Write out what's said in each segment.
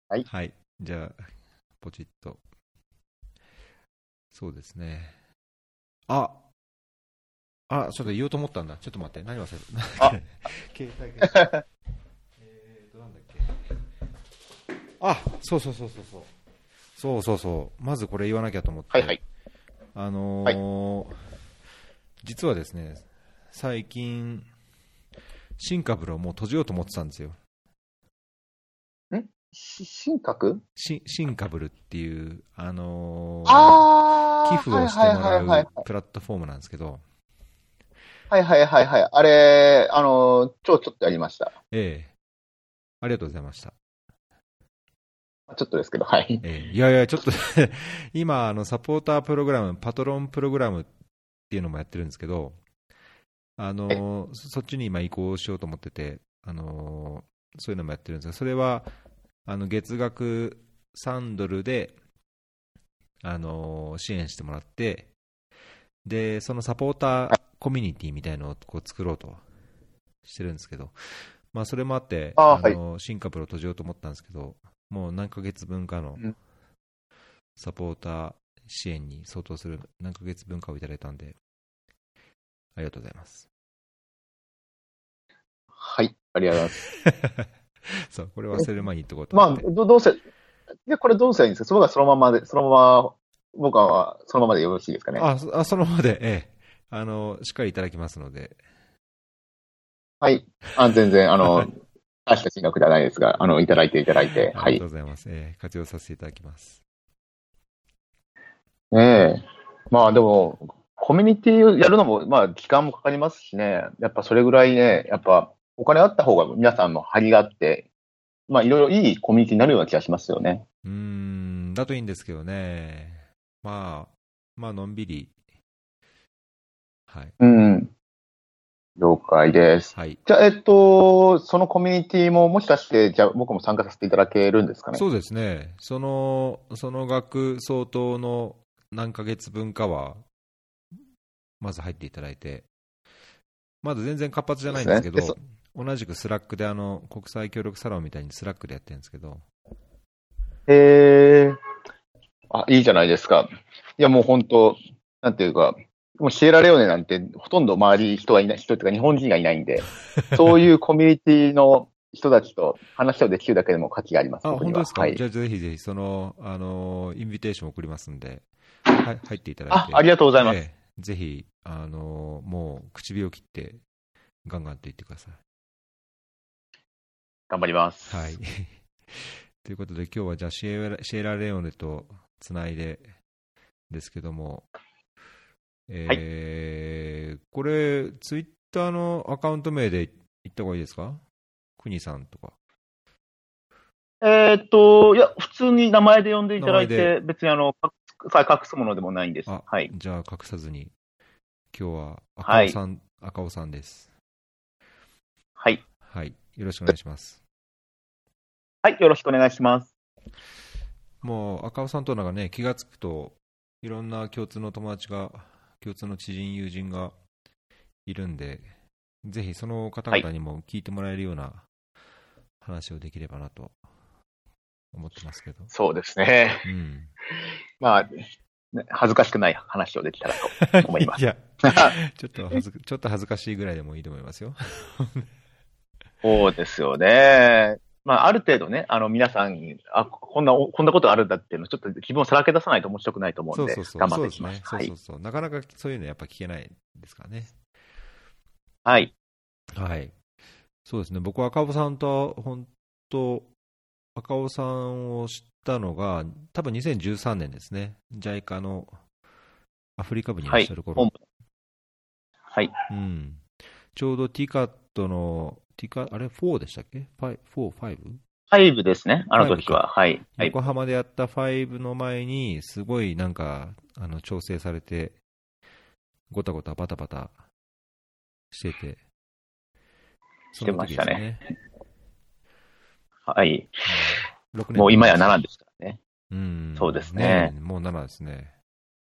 はい。 はい。じゃあ、ポチッと。そうですね。あ、ちょっと言おうと思ったんだ。ちょっと待って。何忘れた。なんだっあ、 け。携帯携帯。なんだっけ。そうそうそうそうそう。そうそうそう。まずこれ言わなきゃと思って。 はいはい。 あはい。 のー実はですね、最近、シンカブルをもう閉じようと思ってたんですよ。 神格。 シンカブルっていう、寄ああー、 付をしてはいはいもらうはいはい。 プラットフォームなんですけど、 はいはいはいはい。あれ、ちょっとやりました。 ええ、ありがとうございました。 ちょっとですけど、はい。 いやいや、ちょっと今、サポータープログラム、パトロンプログラムっていうのもやってるんですけど、 はい。 そっちに今移行しようと思ってて、そういうのもやってるんですが、それは、月額$3で、支援してもらって、で、そのサポーターコミュニティみたいのをこう作ろうとしてるんですけど、まあ、それもあって、 ああ、はい。 新カプロ閉じようと思ったんですけど、もう何ヶ月分かのうん。 サポーター支援に相当する何ヶ月分かをいただいたんで、ありがとうございます。 はい。ありがとうございます。 そう、これ忘れる前に言っとこうと思っまあ、 て。 どうせ、これどうせいいんですか？その方がそのままで、そのまま、僕はそのままでよろしいですかね。 そのままで、しっかりいただきますので、 はい。全然、大した金額ではないですが、いただいていただいて、 ありがとはい。 うございます。活用させていただきます。 ねえ。まあでも、コミュニティをやるのも、まあ時間もかかりますしね。やっぱそれぐらいね、やっぱお金あった方が皆さんも張りがあって、まあいろいろいいコミュニティになるような気がしますよね。 だといいんですけどね。まあ、のんびり、はい。 うん。了解です。 はい。 じゃあ、そのコミュニティももしかして、じゃあ僕も参加させていただけるんですかね。 そうですね。その額相当の何ヶ月分かは、まず入っていただいて、まだ全然活発じゃですね。 ないんですけど、同じくスラックで国際協力サロンみたいにスラックでやってるんですけど、 へえ。あ、いいじゃないですか。いや、もう本当、なんていうか、もうシエラレオネなんてほとんど周り人がいない、人というか日本人がいないんで、そういうコミュニティの人たちと話をできるだけでも価値があります、僕には。 本当ですはい。 か？じゃあぜひぜひ、インビテーション送りますんで、入っていただいあて、 りがとうございます。 ぜひ、もう口火を切って、ガンガンと言ってください。 頑張りまはい。 す。 ということで、今日はじゃあシエラレオネとつないでですけども、 はい。 これ、ツイッターのアカウント名で言った方がいいですか？国さんとか。 いや、普通に名前で呼んでい名前で、 ただいて、別に隠すものでもないんです。はい。 じゃあ隠さずに、今日ははい。 赤尾さんです。 はい。 はい。よろしくお願いします。 はい。よろしくお願いします。 もう赤尾さんとなんかね、気がつくと、いろんな共通の友達が、共通の知人、友人がいるんで、ぜひその方はい。 々にも聞いてもらえるような話をできればなと思ってますけど。 そうですね。 うん。 まあ、ね、恥ずかしくない話をできたらと思います。 いや、ちょっと恥ずかしいぐらいでもいいと思いますよ。 そうですよね。まあ、ある程度ね、皆さんに、こんなことがあるんだっていうのをちょっと気分をさらけ出さないと面白くないと思うんで、 そうそうそう、 頑張っそうですね。 てきます。はい。 なかなかそういうのやっぱ聞けないですからね。 はい。 はい。そうですね。僕は赤尾さんと、本当赤尾さんを知ったのが、多分2013年ですね。JICA のアフリカ部にいらっはい。 しゃる頃。 本部。はい。 うん。ちょうど TCAT の、あれ ?4 でしたっけ？ 5、4、5? 5ですね。あの 5か。 時は。はい。5。 横浜でやった5の前に、すごいなんか、調整されて、ごたごたバタバタしてて、そしてのましたね。 時ですね。 はい。 うん、6年もう今や経ちますか。 7ですからね。 うそうですん、ねね。 え、もう7ですね。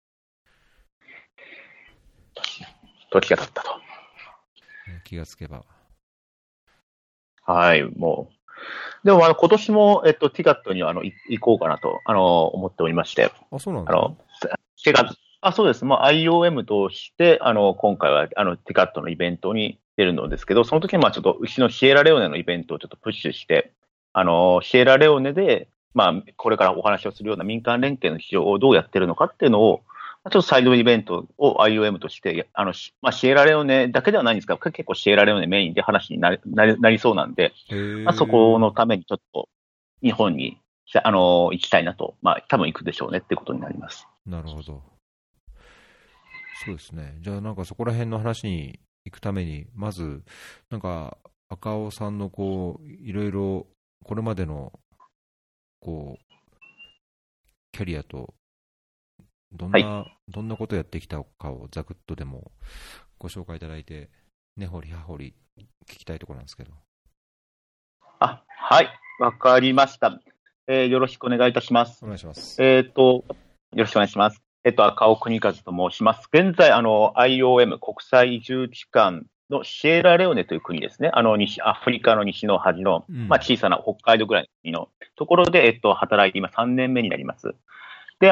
時が経ったと。 ね気がつけば。 はい。もう。 でも、今年も、ティカットには、行こうかなと、思っておりまして、 あ、そうなんですね。 4月、そうです。IOM として、今回は、ティカットのイベントに出るのですけど、その時に、ちょっと、うちのシエラレオネのイベントをちょっとプッシュして、シエラレオネで、これからお話をするような民間連携の市場をどうやってるのかっていうのを、ちょっとサイドイベントを IOM として、シエラレオネだけではないんですが、結構シエラレオネメインで話になりそうなんで、 へそこえ、 のためにちょっと日本に、行きたいなと、多分行くでしょうねってことになります。 なるほど。そうですね。じゃあなんかそこら辺の話に行くために、まず、なんか赤尾さんのこう、いろいろこれまでのこう、キャリアとはい。 どんなことをやってきたかをざくっとでもご紹介いただいて、根掘り葉掘り聞きたいところなんですけど。 はい。わかりました。よろしくお願いいたします。 お願いします。 よろしくお願いします。赤尾邦和と申します。現在、IOM 国際移住機関のシエラレオネという国ですね。アフリカの西の端の、 うん。 小さな北海道ぐらいの国のところで、働いて今3年目になります。で、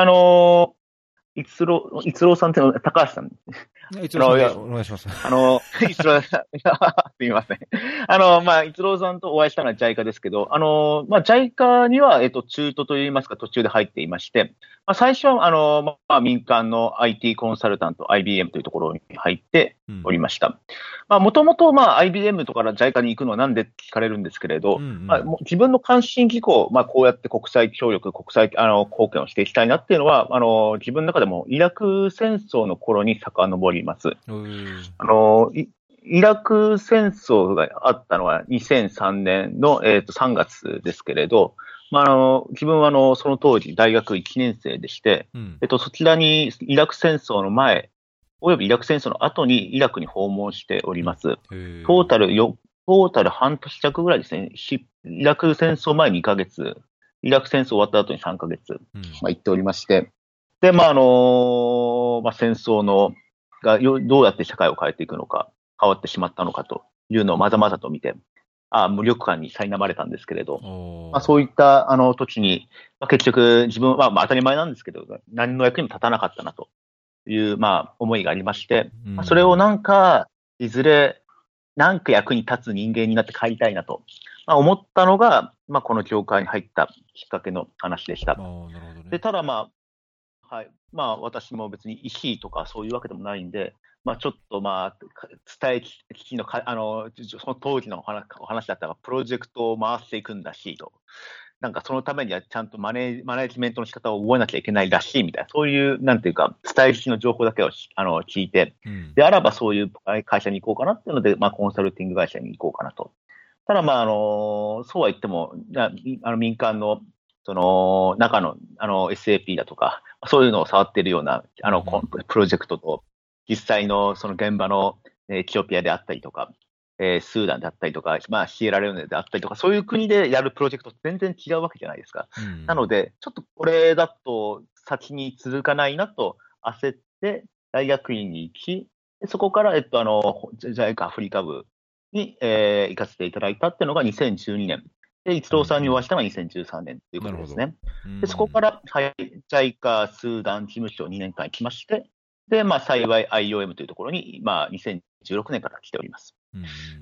逸郎さんっていうのは高橋さん。 一郎さんいや、 でお願いします。 逸郎さん、すみません。逸郎さんとお会いしたのは JICA ですけど、JICA には、中途といいますか、途中で入っていまして、最初は、民間の IT コンサルタント、IBM というところに入ってうん。 おりました。もともと、IBM とか JICA に行くのはなんでって聞かれるんですけれど、 うんうん。 もう自分の関心事項、こうやって国際協力、国際、貢献をしていきたいなっていうのは、自分の中でもイラク戦争の頃に遡ります。 おー。 あの、イイラク戦争があったのは2003年の、3月ですけれど、自分はその当時大学1年生でして、 うん。 そちらにイラク戦争の前、およびイラク戦争の後にイラクに訪問しておりうん。 ます。 へトータえ。 ルよ、トータル半年弱ぐらいですね。イラク戦争前2ヶ月、イラク戦争終わった後に3ヶ月、 うん。 行っておりまして、で、戦争どうやって社会を変えていくのか、変わってしまったのかというのをまざまざと見て、無力感に苛まれたんですけれど、 おー。 そういった時に、結局自分は、当たり前なんですけど、何の役にも立たなかったなという、思いがありまして、 うん。 それをいずれ、役に立つ人間になって帰りたいなと、思ったのが、この業界に入ったきっかけの話でした。 ああ、なるほどで、 ね。 ただはい。私も別に医師とかそういうわけでもないんで、ちょっと伝え聞きのか、その当時のお話だったら、プロジェクトを回していくんだしと。そのためにはちゃんとマネジメントの仕方を覚えなきゃいけないらしいみたいな、そういう、なんていうか、伝え聞きの情報だけを聞いて、 うん。 であらばそういう会社に行こうかなっていうので、コンサルティング会社に行こうかなと。ただ、そうは言っても、民間の、その、中の、SAP だとか、そういうのを触っているような、 うんうん。 プロジェクトと、実際のその現場の、エチオピアであったりとか、スーダンであったりとか、シエラレオネであったりとか、そういう国でやるプロジェクトと全然違うわけじゃないですか。 うん。 なので、ちょっとこれだと先に続かないなと焦って、大学院に行き、そこから、JICA アフリカ部に、行かせていただいたっていうのが2012年。で、一うんう郎さんにお会いん。 したのが2013年というこなるほど。 とですね。 うで、そこん。 から、はい、JICA スーダン事務所2年間行きまして、で、幸い IOM というところに、2016年から来ております。 うんうん。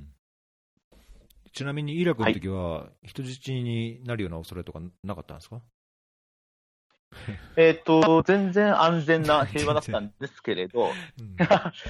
ちなみにイラクのはい。 時は人質になるような恐れとかなかったんですか？ 全然安全な平和だった全然。 んですけれど、 うん。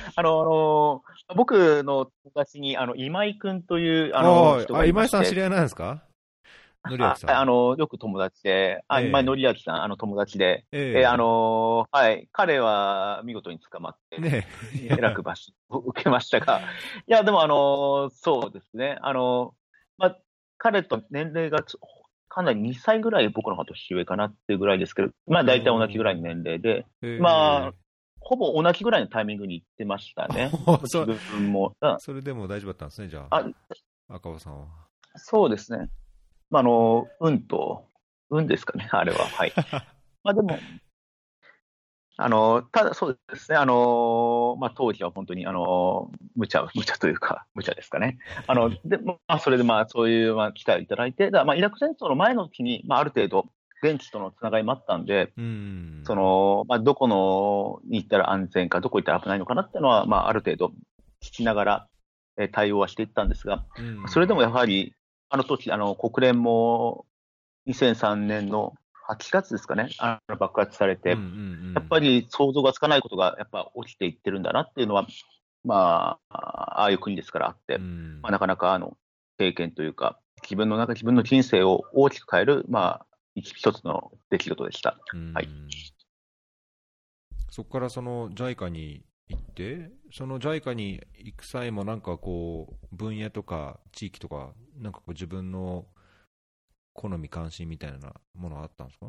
僕の友達に、今井くんという、人がい今まして、 井さん知り合いなんですか？のりあきさん。 よく友達で、今井え紀明さん、友達で、 えはい、彼は見事に捕まって、 ねえ。いえらや、 く罰を受けましたが、いや、でも、そうですね、まあ、彼と年齢がかなり2歳ぐらい僕の方が年上かなっていうぐらいですけど、大体同じぐらいのお年齢で、 ー、 ほぼ同じぐらいのタイミングに行ってましたね。自分も。 それでも大丈夫だったんですね、じゃあ、 あ、赤尾さんは。 そうですね。運ですかね、あれは。はい。でも、 ただそうですね、当時は本当に、無茶というか、無茶ですかね。で、それでそういう、機会をいただいて、イラク戦争の前の時に、ある程度、現地とのつながりもあったんで、 うん。 どこに行ったら安全か、どこ行ったら危ないのかなっていうのは、ある程度聞きながら、対応はしていったんですが、 うん。 それでもやはり、あの時、国連も2003年の8月ですかね、爆発されうん。うて、やっん。 ぱり想像がつかないことがやっぱ起きていってるんだなっていうのは、ああいう国ですからあっうて、 ん。 なかなか経験というか、自分の人生を大きく変える、一つの出来事でした。 うはい。 ん。そこからその JICA に行って、その JICA に行く際もなんかこう、分野とか地域とか、なんかこう自分の好み関心みたいなものはあったんですか？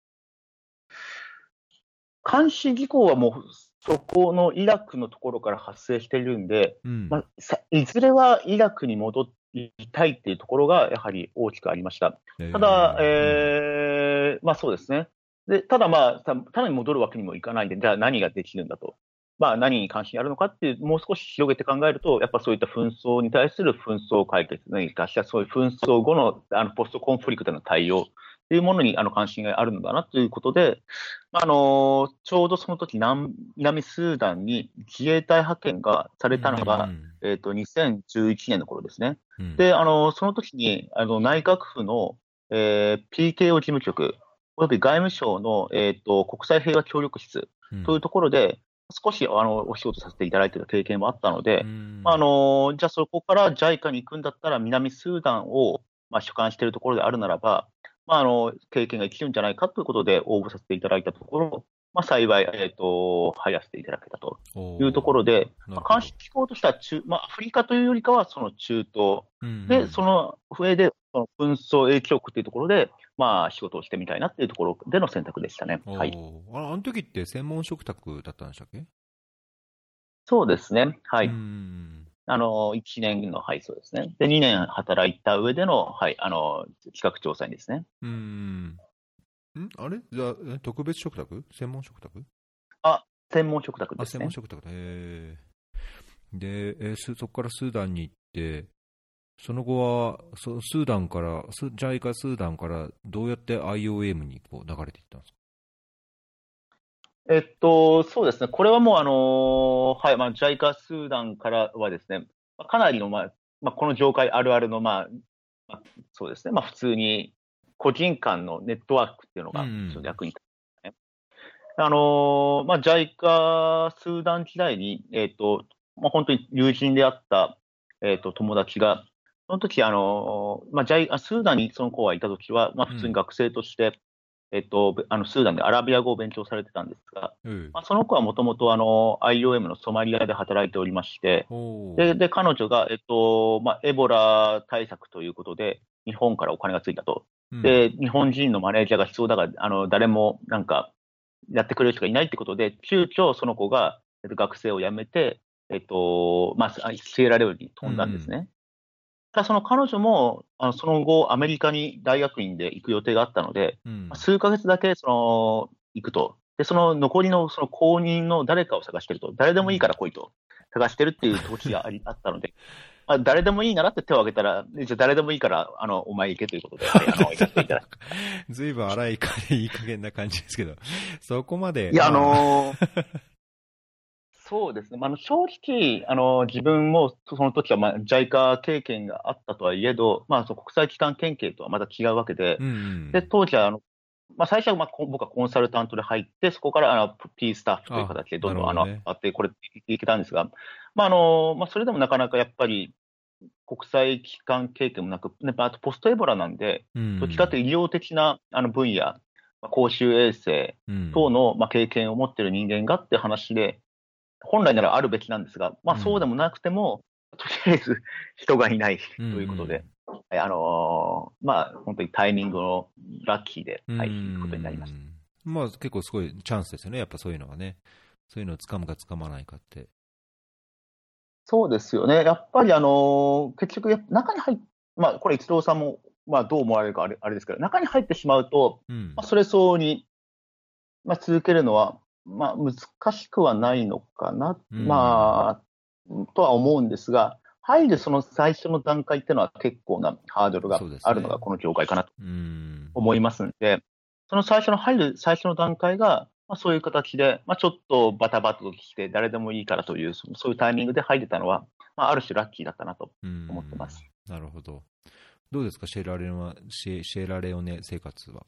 監視事項はもう、そこのイラクのところから発生しているんで、 うん。 いずれはイラクに戻りたいっていうところが、やはり大きくありました。ただ、 うん。 そうですね。で、ただただに戻るわけにもいかないんで、じゃあ何ができるんだと。何に関心あるのかっていう、もう少し広げて考えると、やっぱそういった紛争に対する紛争解決に関しては、そういう紛争後の、ポストコンフリクトの対応っていうものに、関心があるのだなということで、ちょうどその時南スーダンに自衛隊派遣がされうん。うたのが、 ん。 2011年の頃ですね。 うん。 で、その時に、内閣府の、PKO 事務局、および外務省の、国際平和協力室うん。 というところで、少し、お仕事させていただいている経験もあったのうで、 ん。 じゃあそこから JICA に行くんだったら、南スーダンを、所管しているところであるならば、経験が生きるんじゃないかということで応募させていただいたところ、幸い、入らせていただけたというとこおろで、 ー、なるほど。 監視機構としてはアフリカというよりかは、その中東うん。うで、 ん。 その上で、その紛争影響区というところで、仕事をしてみたいなっていうところでの選択でしたね。はい。 おー、あの時って専門嘱託だったんでしたっけ？ そうですね。はうい。 ん。 1年の、はい、そうですね。で、2年働いた上での、はい、企画調査員ですね。 うん。あれじゃあ、特別嘱託専門嘱託？ 専門嘱託あ、 ですね。 専門嘱託だ。で、そこからスーダンに行って、その後は、スーダンから、ジャイカスーダンからどうやって IOM にこう流れていったんですか？ そうですね。これはもう、はい、ジャイカスーダンからはですね、かなりの、この業界あるあるの、まあそうですね。普通に、個人間のネットワークっていうのうんうが、ちょっとん。 役に立つ、ね。ジャイカスーダン時代に、本当に友人であった、友達が、その時、スーダンにその子がいた時は、普通にうん。 学生として、スーダンでアラビア語を勉強されてたんですが、 うん。 その子はもともとIOM のソマリアで働いておりまして、 おー。 で、彼女が、エボラ対策ということで、日本からお金がついたと。 うん。 で、日本人のマネージャーが必要だが、誰もなんか、やってくれる人がいないってことで、急遽その子が、学生を辞めて、シエラレオネに飛んだんですうんね。ただその彼女も、その後、アメリカに大学院で行く予定があったので、 うん。うん。 数ヶ月だけ、行くと。で、その残りのその後任の誰かを探してると。誰でもいいかうん。 ら来いと。探してるっていう時があったので、誰でもいいならって手を挙げたら、じゃあ誰でもいいから、お前行けということで、はい、行かせていただき。 ずいぶん荒いいい加減な感じですけど、そこまで、 いや、 まあ、 そうですね。正直、自分もその時は、JICA 経験があったとはいえど、そう国際機関研究とはまた違うわけで、 うんうで、 ん。 当時は、最初は、僕はコンサルタントで入って、そこから、P スタッフというあ、 形でどなんどん、 るほどね。 あって、これ、いけたんですが、それでもなかなかやっぱり、国際機関経験もなく、あとポストエボラなんで、 うどっちかというん。 と医療的な、分野、公衆衛生うん。 等の、経験を持っている人間がって話で、本来ならあるべきなんですが、そうでうん。 もなくても、とりあえず人がいないうんうということで、 ん。 はい本当にタイミングのラッキーで、 うはい、行くことになりました。 ん。まあ結構すごいチャンスですよね。やっぱそういうのはね。そういうのをつかむかつかまないかって。 そうですよね。やっぱり結局中に入っ、これ一郎さんも、どう思われるかあれですけど、中に入ってしまうと、 うん。 それ相応に、続けるのはまあ、難しくはないのかな、 うん。 まあ、とは思うんですが、入るその最初の段階っていうのは結構なハードルがそうですね。 あるのがこの業界かなとうん。 思いますんで、その入る最初の段階が、まあ、そういう形で、まあ、ちょっとバタバタと来て誰でもいいからという、そういうタイミングで入れたのは、まあ、ある種ラッキーだったなとう思ってまん。 す。 なるほど。どうですか、シェラレオネ生活は。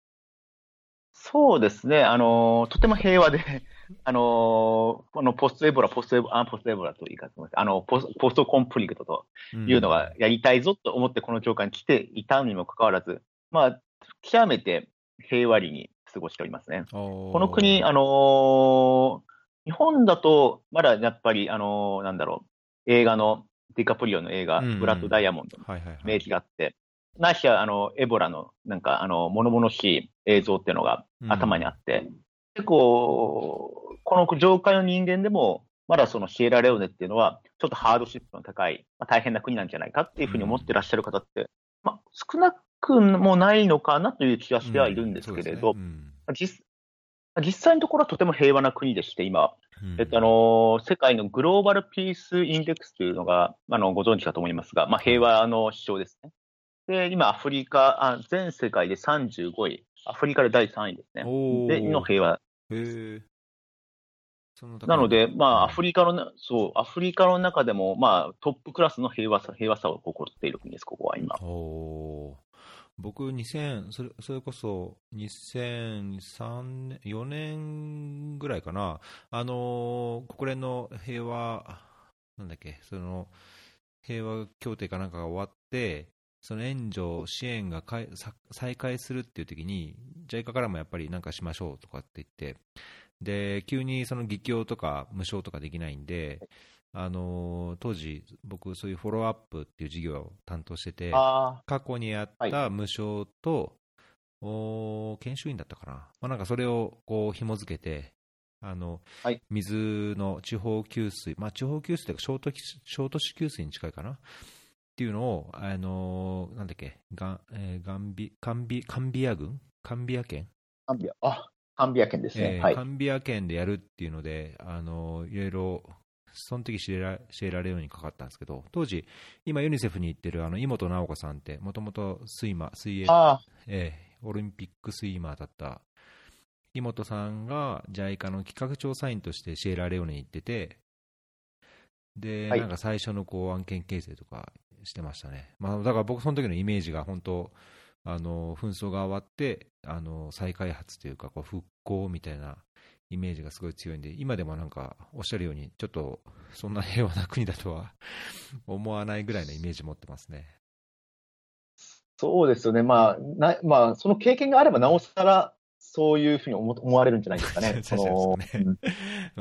そうですね。とても平和で、このポストエボラと言い方します。ポストコンプリクトとういうのがん。 やりたいぞと思ってこの教会に来ていたにもかかわらず、まあ、極めて平和裏に過ごしておりますね。 あこの国、 あ。 日本だと、まだやっぱり、なんだろう、映画の、ディカプリオの映うんう画、ブラッド・ダイん。 ヤモンドのはいはいはい。 イメージがあって、ないしは、エボラの、なんか、物々しい映像っていうのが頭にあうん。 って、結構、この上界の人間でも、まだそのシエラレオネっていうのは、ちょっとハードシップの高い、まあ、大変な国なんじゃないかっていうふうに思ってらっしゃる方って、まあ、少なくもないのかなという気がうしてはいるんん。 ですそうですね。 けれど、 うん。 実実際のところはとても平和な国でして、今、 うん。 世界のグローバルピースインデックスというのが、ご存知かと思いますが、まあ、平はい。 和の指標ですね。で、今、アフリカ、全世界で35位、アフリカで第3位ですね。で、のおー。 平和。 へえ。そんな高いんだ。 なので、まあ、 うん。 アフリカの中でも、まあ、トップクラスの平和さを誇っている国です、ここは今。 おー。僕、2000、それこそ2003年、4年ぐらいかな、国連の平和、なんだっけ、平和協定かなんかが終わって、その援助、支援が再開するっていう時に、JICA からもやっぱりなんかしましょうとかって言って、で、急にその技協とか無償とかできないんで、当時、僕、そういうフォローアップっていう事業を担当してて、 あ過去にやっあ、はい、 た無償と、研修員だったかな、まあ、なんかそれをこう紐付けて、あのはい、 水の地方給水、まあ、地方給水というか小都市給水に近いかなっていうのを、なんだっけ、カンビア郡カンビア県カンビア県ですね。はい。 カンビア県でやるっていうので、いろいろ、その時シエラレオネにかかったんですけど、当時、今ユニセフに行ってる井本直子さんって、もともと水泳、 あオリンピックスイマーだった井本さんが JICA の企画調査員としてシエラレオネに行ってて、で、 あ、はい。 なんか最初のこう案件形成とかしてましたね。まあ、だから僕その時のイメージが本当、紛争が終わって、再開発というか、こう復興みたいなイメージがすごい強いんで、今でもなんかおっしゃるように、ちょっとそんな平和な国だとは思わないぐらいのイメージ持ってますね。 そうですよね。まあ、その経験があれば、なおさら、そういうふうに思われるんじゃないですかね。 じゃですかね。 うん、いうん。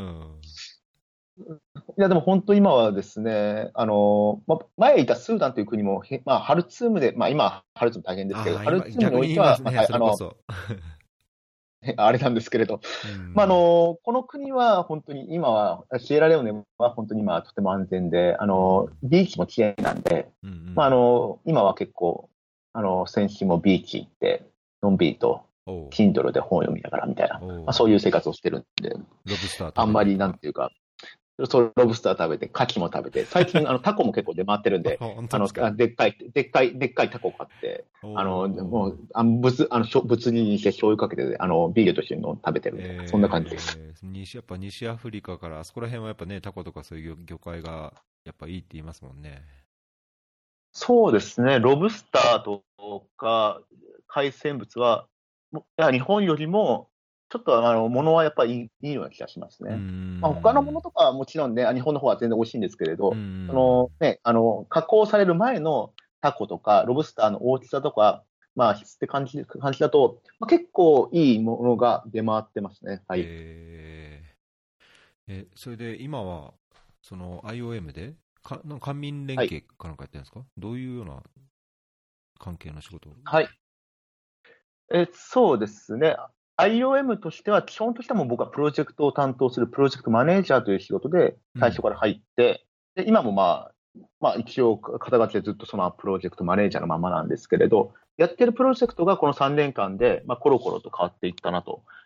や、でも本当今はですね、前いたスーダンという国も、まあ、ハルツームで、まあ、今はハルツーム大変ですけど、 ああ、 ハルツームに逆おいては、 に言いますね、それこそ。 あれなんですけれど、 うまあ、 ん。 この国は本当に今は、シエラレオネは本当に今はとても安全で、 うん。 ビーチも綺麗なんで、 うんうまあ、 ん。 今は結構、先週もビーチ行って、のんびりと、 おう、 Kindle で本を読みながらみたいな、まあ、 おう、 そういう生活をしてるんで、 ロブスター食あんまりなんべたりとか。 ていうか、ロブスター食べて、牡蠣も食べて、最近、タコも結構出回ってるんあ、 で、 本当ですか。 でっかいタコを買って、 おもう、 お。 ぶつ切りにして醤油かけて、ビールと一緒に食べてるみたいな、そんな感じです。 やっぱ西アフリカから、あそこら辺はやっぱね、タコとかそういう魚介がやっぱいいって言いますもんね。 そうですね、ロブスターとか海鮮物は、いや日本よりも、ちょっと物はやっぱりいいような気がしますうーね。まあ、他のものん。 とかはもちろんね、日本の方は全然美味しいんですけれうーど、 ん。 加工される前のタコとか、ロブスターの大きさとか、まあ、質って感じだと、まあ、結構いいものが出回ってますね。はい。 えそれで今は、その IOM で、なんか官民連はい。 携かなんかやってるんですか？どういうような関係の仕事？ はい。そうですね。IOM としては、基本としてはもう僕はプロジェクトを担当するプロジェクトマネージャーという仕事でうん。 最初から入って、で、今もまあ一応肩書きでずっとそのプロジェクトマネージャーのままなんですけれど、やってるプロジェクトがこの3年間で、まあコロコロと変わっていったなと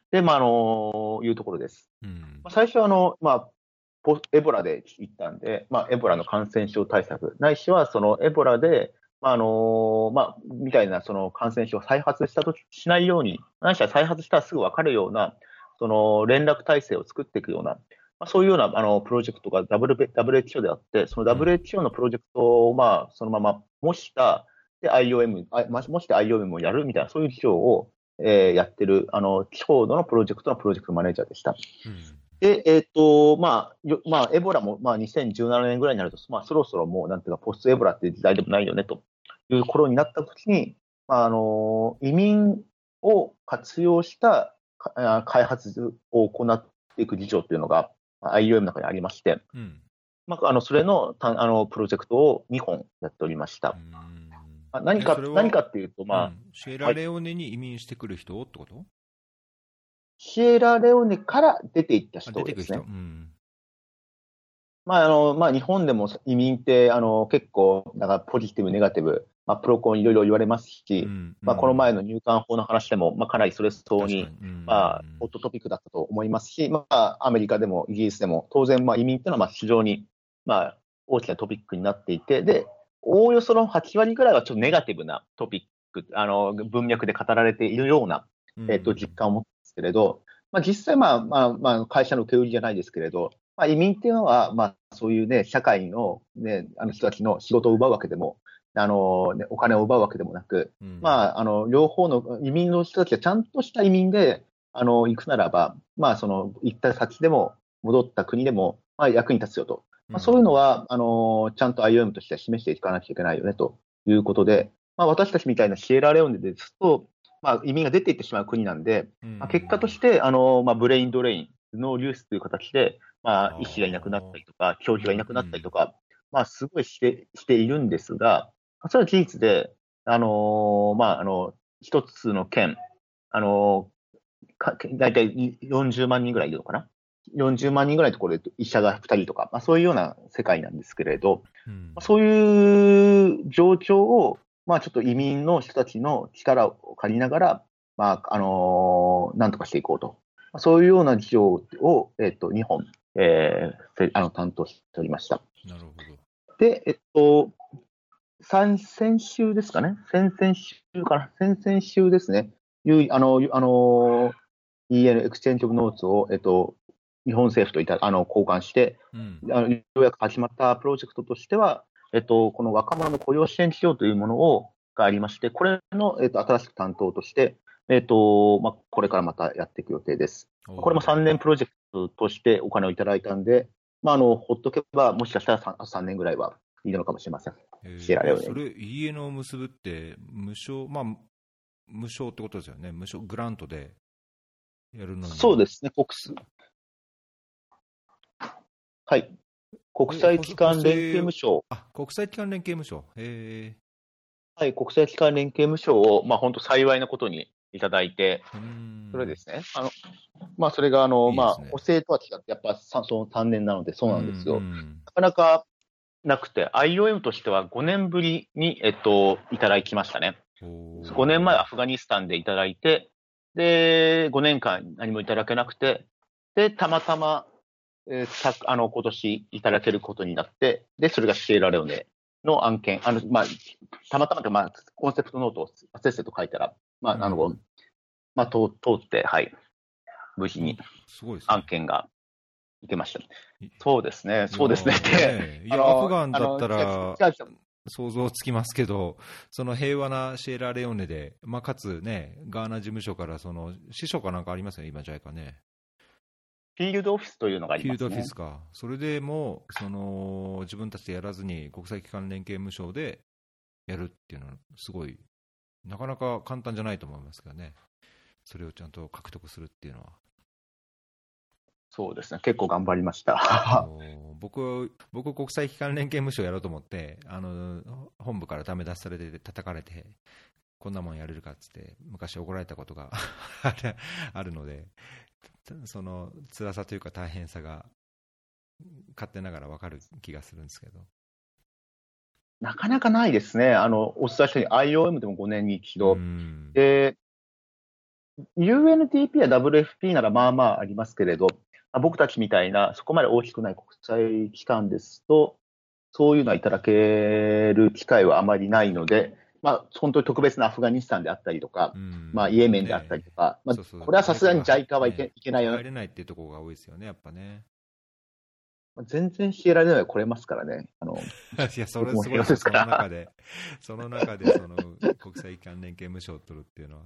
で、いうところです。 うん最初はエボラで行ったんで、エボラの感染症対策、ないしはそのエボラで、みたいなその感染症を再発したときしないように、ないしは再発したらすぐ分かるような、その連絡体制を作っていくような、そういうようなプロジェクトが WHO であって、そのうん WHO のプロジェクトをそのまま模した、で IOM、模して IOM をやるみたいな、そういう事業を、やってる、地方のプロジェクトのプロジェクトマネージャーでした。 うんで、エボラも、2017年ぐらいになると、そろそろもう、なんていうか、ポストエボラっていう時代でもないよね、という頃になったときに、移民を活用した開発を行っていく事情というのが、IOM の中にありまして、 うんそれのプロジェクトを2本やっておりました。何それは、 かっていうと、 シェラレオネに移民してくる人ってこと？ シエラレオネから出ていった人出てくる人。 ですね。日本でも移民って、結構、なんかポジティブ、ネガティブ、プロコンいろいろ言われますし、この前の入管法の話でも、かなりそれ相応に、ホットトピックだったと思いますし、アメリカでもイギリスでも、当然、移民っていうのは、非常に、大きなトピックになっていて、で、おおよその8割ぐらいはちょっとネガティブなトピック、文脈で語られているような、実感を持ってますけれど、実際、会社の受け売りじゃないですけれど、移民っていうのは、そういうね、社会のね、人たちの仕事を奪うわけでも、お金を奪うわけでもなく、両方の移民の人たちがちゃんとした移民で、行くならば、行った先でも、戻った国でも、役に立つよと。そういうのは、ちゃんと IOM としては示していかなきゃいけないよね、ということで、私たちみたいなシエラレオネですと、移民が出ていってしまう国なんで、結果として、ブレインドレイン、頭脳流出という形で、医師がいなくなったりとか、教授がいなくなったりとか、すごいしているんですが、それは事実で、一つの県、だいたい40万人ぐらいいるのかな。40万人ぐらいのところで医者が2人とか、そういうような世界なんですけれど、そういう状況を、ちょっと移民の人たちの力を借りながら、なんとかしていこうと。そういうような事情を、2本、担当しておりました。 なるほど。 で、先週ですかね。先々週ですね。EN エクスチェンジオブノーツを、日本政府と交換して、ようやく始まったプロジェクトとしては、この若者の雇用支援事業というものがありまして、これの、新しく担当として、これからまたやっていく予定です。これも3年プロジェクトとしてお金をいただいたんで、ほっとけば、もしかしたら 3年ぐらいはいいのかもしれません。 それ、家の結ぶって無償、無償ってことですよね。無償、グラントでやるのに。 そうですね、はい。国際機関連携務省。 国際機関連携務省。 はい、国際機関連携務省を、本当幸いなことにいただいて、それですね。それが、補正とは違って、やっぱその3年なのでそうなんですよ。なかなかなくて、IOM としては5年ぶりに、いただきましたね。5年前アフガニスタンでいただいて、で、5年間何もいただけなくて、で、たまたま、今年いただけることになって、で、それがシエラレオネの案件、たまたまコンセプトノートをせっせと書いたら、通って、はい、無事に案件がいけました。そうですね。 アフガンだったら想像つきますけど、その平和なシエラレオネで、かつね、ガーナ事務所からその支所かなんかありますよね、今、JICA ね。 フィールドオフィスというのがありますね。 フィールドオフィスか。それでも、自分たちでやらずに国際機関連携務省でやるっていうのは、すごい、なかなか簡単じゃないと思いますけどね。それをちゃんと獲得するっていうのは。 そうですね。結構頑張りました。 僕、国際機関連携務省やろうと思って、本部からダメ出しされて叩かれて、こんなもんやれるかっつって、昔怒られたことがあるので、その辛さというか大変さが勝手ながら分かる気がするんですけど。 なかなかないですね。お伝えしたように IOM でも5年に一度。で、 UNDP や WFP ならまあまあありますけれど、僕たちみたいなそこまで大きくない国際機関ですと、そういうのはいただける機会はあまりないので、本当に特別なアフガニスタンであったりとか、 うん。 イエメンであったねりとか、 そうそう、 これはさすがに JICA が JICA はいね、 けないよ。 入れないっていうところが多いですよね、やっぱね。 全然シエラレオネは来れますからね。 いや、それ僕も平和ですごいですよ、その中すから。 で、その中でその国際機関連携無償を取るっていうのは。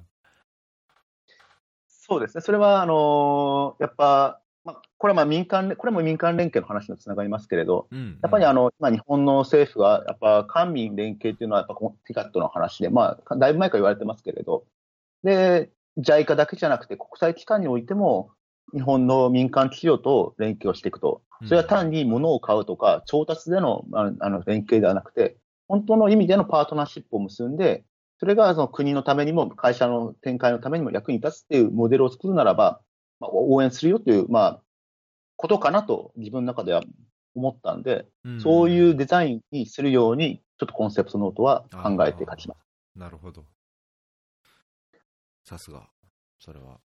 そうですね。それは、やっぱ、これはこれも民間連携の話につながりますけれど、 うん、 やっぱり今日本の政府は、やっぱ官民連携というのは、やっぱこのティカットの話で、だいぶ前から言われてますけれど、で、JICA だけじゃなくて、国際機関においても、日本の民間企業と連携をしていくと。 うん。 それは単に物を買うとか、調達での、連携ではなくて、本当の意味でのパートナーシップを結んで、それがその国のためにも、会社の展開のためにも役に立つっていうモデルを作るならば、応援するよという、ことかなと自分の中では思ったんで、 うそういうん。 デザインにするように、ちょっとコンセプトノートは考えて書きあます。 あ、なるほど。さすが。それは。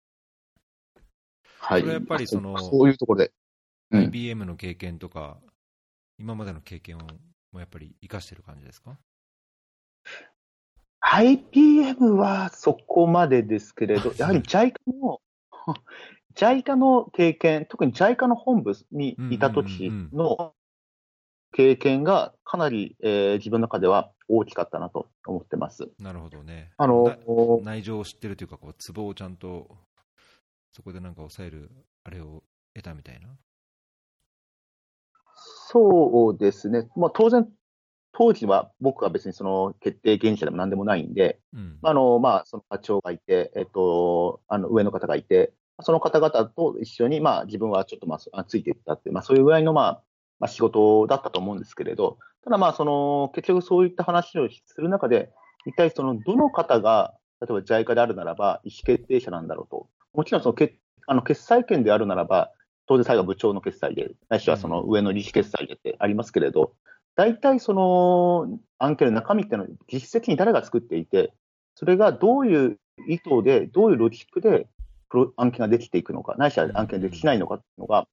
はい。 それはやっぱりそういうところで。うん。 IBM の経験とか、今までの経験をもやっぱり活かしてる感じですか？ IBM はそこまでですけれど、やはりそうです。 JICA の、JICA の経験、特に JICA の本部にうんうんういた時んの経験がかなり、自分の中では大きかったなと思ってます。 うん。なるほどね。 あの、 内情を知ってるというか、ツボをちゃんとそこでなんか抑える、あれを得たみたいな。 そうですね。当然、当時は僕は別にその決定権者でも何でもないんで、 うん。 その課長がいて、上の方がいて、その方々と一緒に、自分はちょっとついていったっていう、そういうぐらいの仕事だったと思うんですけれど、ただ結局そういった話をする中で、一体どの方が、例えば JICA であるならば、意思決定者なんだろうと。もちろん決裁権であるならば、当然最後は部長の決裁で、ないしはそのうん。 上の理事決裁でってありますけれど、大体その案件の中身っていうのは実績に誰が作っていて、それがどういう意図で、どういうロジックで案件ができていくのか、ないしはうんう案件できん。 ないのかっていうのが、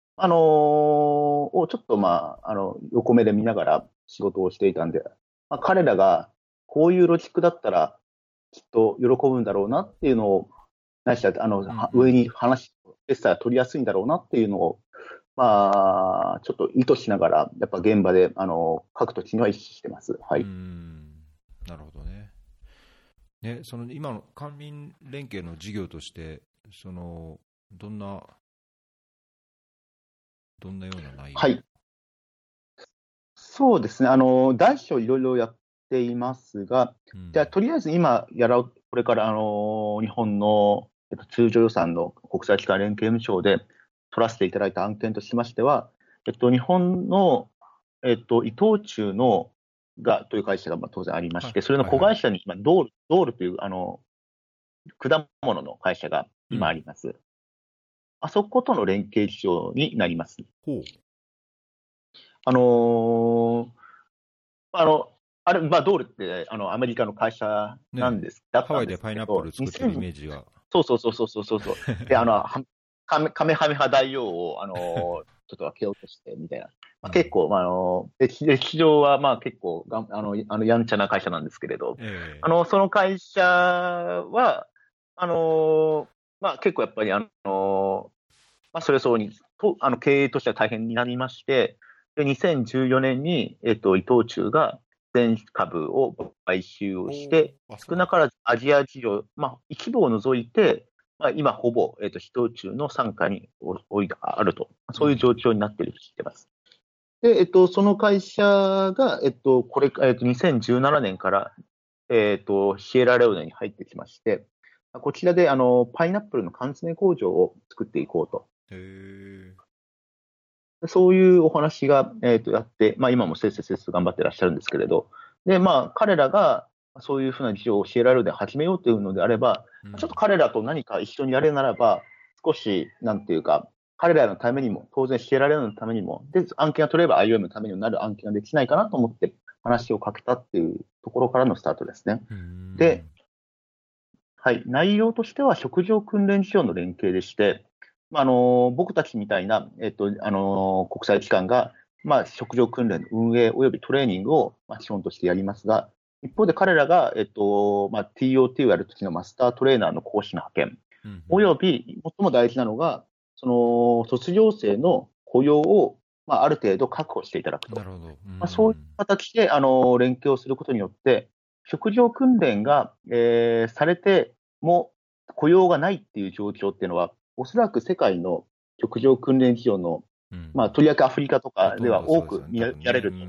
をちょっと横目で見ながら仕事をしていたんで、彼らがこういうロジックだったらきっと喜ぶんだろうなっていうのを、ないしはうんうん。 上に決済が取りやすいんだろうなっていうのを、ちょっと意図しながら、やっぱ現場で、書くときには意識してます。はうい。 ん。なるほどね。ね、その今の官民連携の事業として、その、どんな、どんなような内容？ はい。そうですね。大小いろいろやっていますが、じゃあ、 うん。 とりあえず今これから、日本の、通常予算の国際機関連携務省で取らせていただいた案件としましては、日本の、伊藤忠という会社が当然ありまはい、 して、それのはいはい。 子会社に今、ドールという、果物の会社がうん。 今あります。あそことの連携事業になります。 ほあのーあの、あれ、ドールって、アメリカの会社う。ね、 だったんでハワイですけど、 パイナップル作ってるイメージが。 そうそうそうそうそうそう。で、カメハメハ大王を、ちょっと蹴落として、みたいな。 うん。 結構、歴史上は、結構やんちゃな会社なんですけれど、 えその会社は、あの、結構やっぱり、それ相応に、経営としては大変になりまして、で、2014年に、伊藤忠が全株を買収をしおて、 あ、そうなんだ。 少なからずアジア事業、一部を除いて、今ほぼ、伊藤忠の傘下にあると、そういう状うん。 況になっていると聞いています。で、その会社が、2017年から、シエラレオネに入ってきまして、こちらで、パイナップルの缶詰工場を作っていこうと。 へえ。 そういうお話が、やって、今もせっせせっせ頑張ってらっしゃるんですけれど、で、彼らがそういうふうな事情を教えられるで始めようというのであれば、ちょっとうん。 彼らと何か一緒にやれるならば、少し、なんていうか、彼らのためにも、当然教えられるのためにも、で、案件が取れば IOM のためになる案件ができないかなと思って話をかけたっていうところからのスタートですね。 うで、 ん。 はい、内容としては食上訓練事業の連携でして、僕たちみたいな、国際機関が、食上訓練の運営及びトレーニングを、基本としてやりますが、一方で彼らが、TOT をやるときのマスタートレーナーの講師の派遣、 うんうん及び最も大事なのが、その卒業生の雇用を、ある程度確保していただくと。 なるほど。 そういう形で、連携をすることによって、食上訓練が、されても雇用がないっていう状況っていうのは、おそらく世界の食上訓練事業の、とりわけアフリカとかでほとんは多くどそうですよね、多分ね。 見られる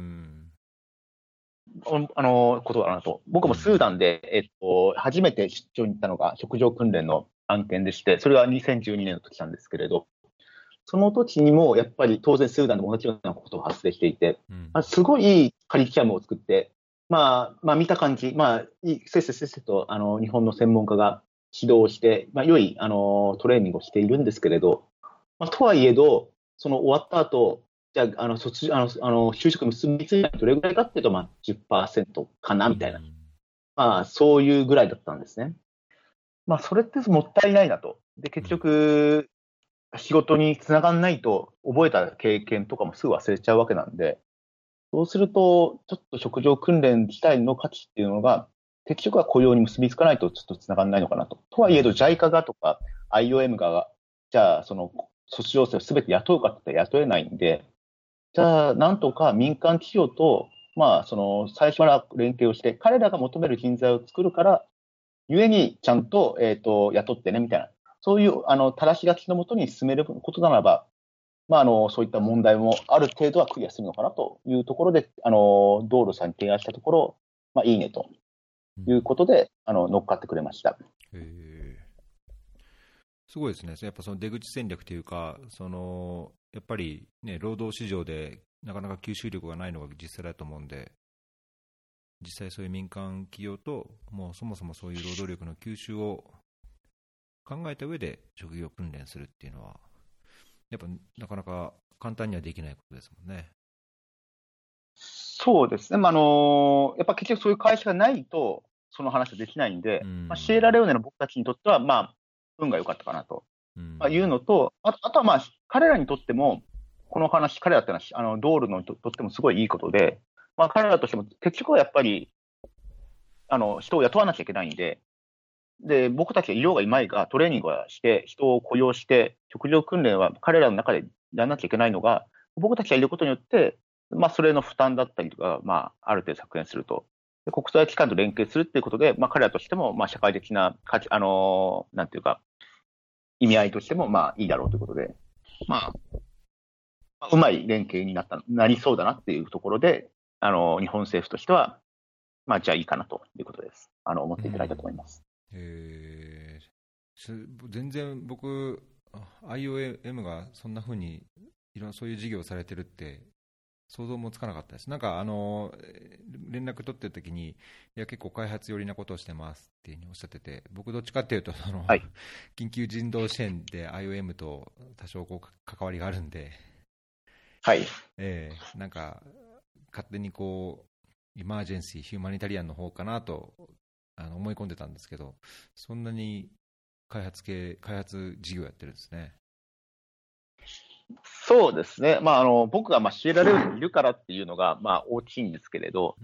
ことだなと。僕もスーダンで、初めて出張に行ったのが食上訓練の案件でして、それは2012年の時なんですけれど、その時にもやっぱり当然スーダンでも同じようなことが発生していて、すごいいいカリキュラムを作って、見た感じ、せっせせっせと日本の専門家が指導して、良いトレーニングをしているんですけれど、とはいえど、その終わった後、じゃあ、就職に結びついたのどれぐらいかっていうと、10%かなみたいな、そういうぐらいだったんですね。それってもったいないなと。で、結局、仕事につながんないと覚えた経験とかもすぐ忘れちゃうわけなんで、そうすると、ちょっと食上訓練自体の価値っていうのが、結局は雇用に結びつかないとちょっとつながんないのかなと。とはいえど、JICA がとか IOM が、じゃあ、その卒業生をすべて雇うかって言ったら雇えないんで、じゃあ、なんとか民間企業と、その最初から連携をして、彼らが求める人材を作るから、ゆえにちゃんと、雇ってねみたいな、そういうたらし書きのもとに進めることならば、そういった問題もある程度はクリアするのかなというところで、道路さんに提案したところ、いいねということで、乗っかってくれました。 すごいですね、やっぱその出口戦略というか、やっぱり、ね、労働市場でなかなか吸収力がないのが実際だと思うんで、実際そういう民間企業と、もうそもそもそういう労働力の吸収を考えた上で職業訓練するっていうのは、やっぱなかなか簡単にはできないことですもんね。 そうですね、やっぱ結局そういう会社がないと、その話はできないんで、シエラレオネの僕たちにとっては、運が良かったかなと、いうのと、あとは彼らにとっても、この話、彼らってのは、道路のとってもすごいいいことで、彼らとしても、結局はやっぱり、人を雇わなきゃいけないんで、で、僕たちがいようがいまいがトレーニングはして、人を雇用して、職業訓練は彼らの中でやらなきゃいけないのが、僕たちがいることによって、それの負担だったりとか、ある程度削減すると。で国際機関と連携するっていうことで、彼らとしても、社会的な価値、なんていうか、意味合いとしても、いいだろうということで、うまい連携になりそうだなっていうところで、日本政府としては、じゃあいいかなということです。思っていただいたと思います。 全然僕、IOM がそんな風にそういう事業をされてるって想像もつかなかったです。なんか連絡取ってる時に、いや結構開発寄りなことをしてますっていうふうにおっしゃってて、僕どっちかっていうとはい、 緊急人道支援で IOM と多少関わりがあるんで、 はい、 なんか勝手にイマージェンシーヒューマニタリアンの方かなと思い込んでたんですけど、そんなに開発事業やってるんですね。 そうですね、僕がシエラレオネにいるからっていうのが大きいんですけれど、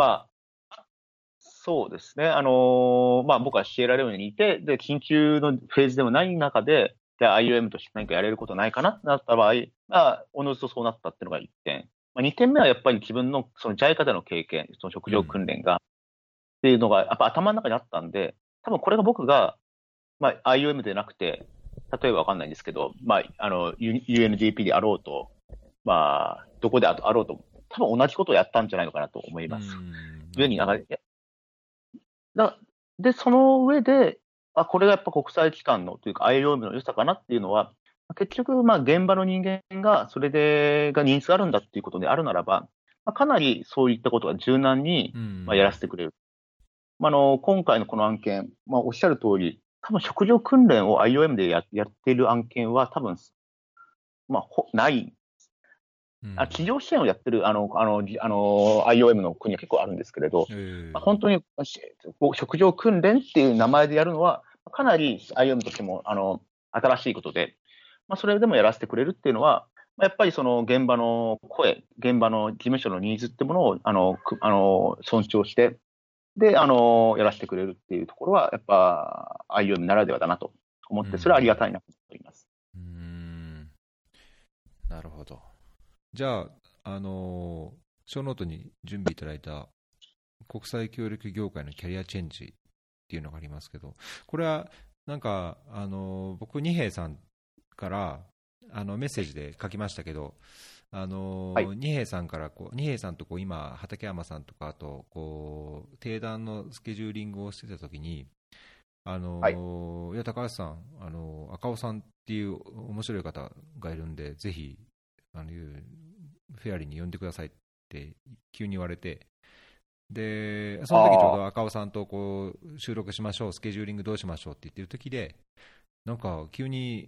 そうですね、僕はシエラレオネにいて、で緊急のフェーズでもない中で、IOM として何かやれることないかなってなった場合、おのずとそうなったっていうのが1点。2点目はやっぱり自分のその JICA での経験、その職業訓練が、っていうのがやっぱ頭の中にあったんで、多分これが僕が、IOM でなくて、例えばわかんないんですけど、UNDP であろうと、どこであろうと、多分同じことをやったんじゃないのかなと思います。で、その上で、これがやっぱ国際機関のというか IOM の良さかなっていうのは、結局、現場の人間がそれがニーズがあるんだっていうことであるならば、かなりそういったことが柔軟にやらせてくれる。今回のこの案件、おっしゃる通り、多分職業訓練を IOM でやっている案件は多分、ない。 うん。 地上支援をやってる、IOM の国は結構あるんですけれど、本当に食上訓練っていう名前でやるのは、かなり IOM としても、新しいことで、それでもやらせてくれるっていうのは、やっぱりその現場の声、現場の事務所のニーズってものを、尊重して、で、やらせてくれるっていうところは、やっぱ IOM ならではだなと思って、それはありがたいなと思っております。 なるほど。じゃあ、小ノートに準備いただいた国際協力業界のキャリアチェンジっていうのがありますけど、これはなんか、僕、二平さんからメッセージで書きましたけど、 はい。 二平さんから二平さんと今、畠山さんとか、あと定談のスケジューリングをしてたときに、 はい。 いや、高橋さん、赤尾さんっていう面白い方がいるんで、ぜひ、フェアリーに呼んでくださいって急に言われて、で、その時ちょうあど赤尾さんと収録しましょう、スケジューリングどうしましょうって言ってる時で、なんか急に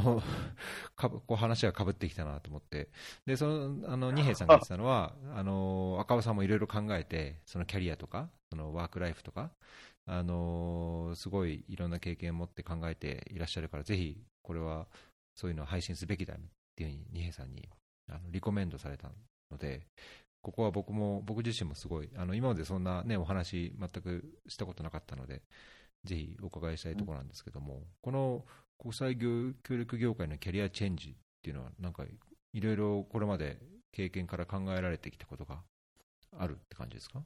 話がかぶってきたなと思って、で二平さんが言ってたのは、赤尾さんもいろいろ考えて、そのキャリアとか、そのワークライフとか、すごいいろんな経験を持って考えていらっしゃるから、ぜひこれはそういうのを配信すべきだっていうふうに二平さんにリコメンドされたので、ここは僕自身もすごい、今までそんな、ね、お話全くしたことなかったので、ぜひお伺いしたいところなんですけども、この国際協力業界のキャリアチェンジっていうのは、なんかいろいろこれまで経験から考えられてきたことがあるって感じですか？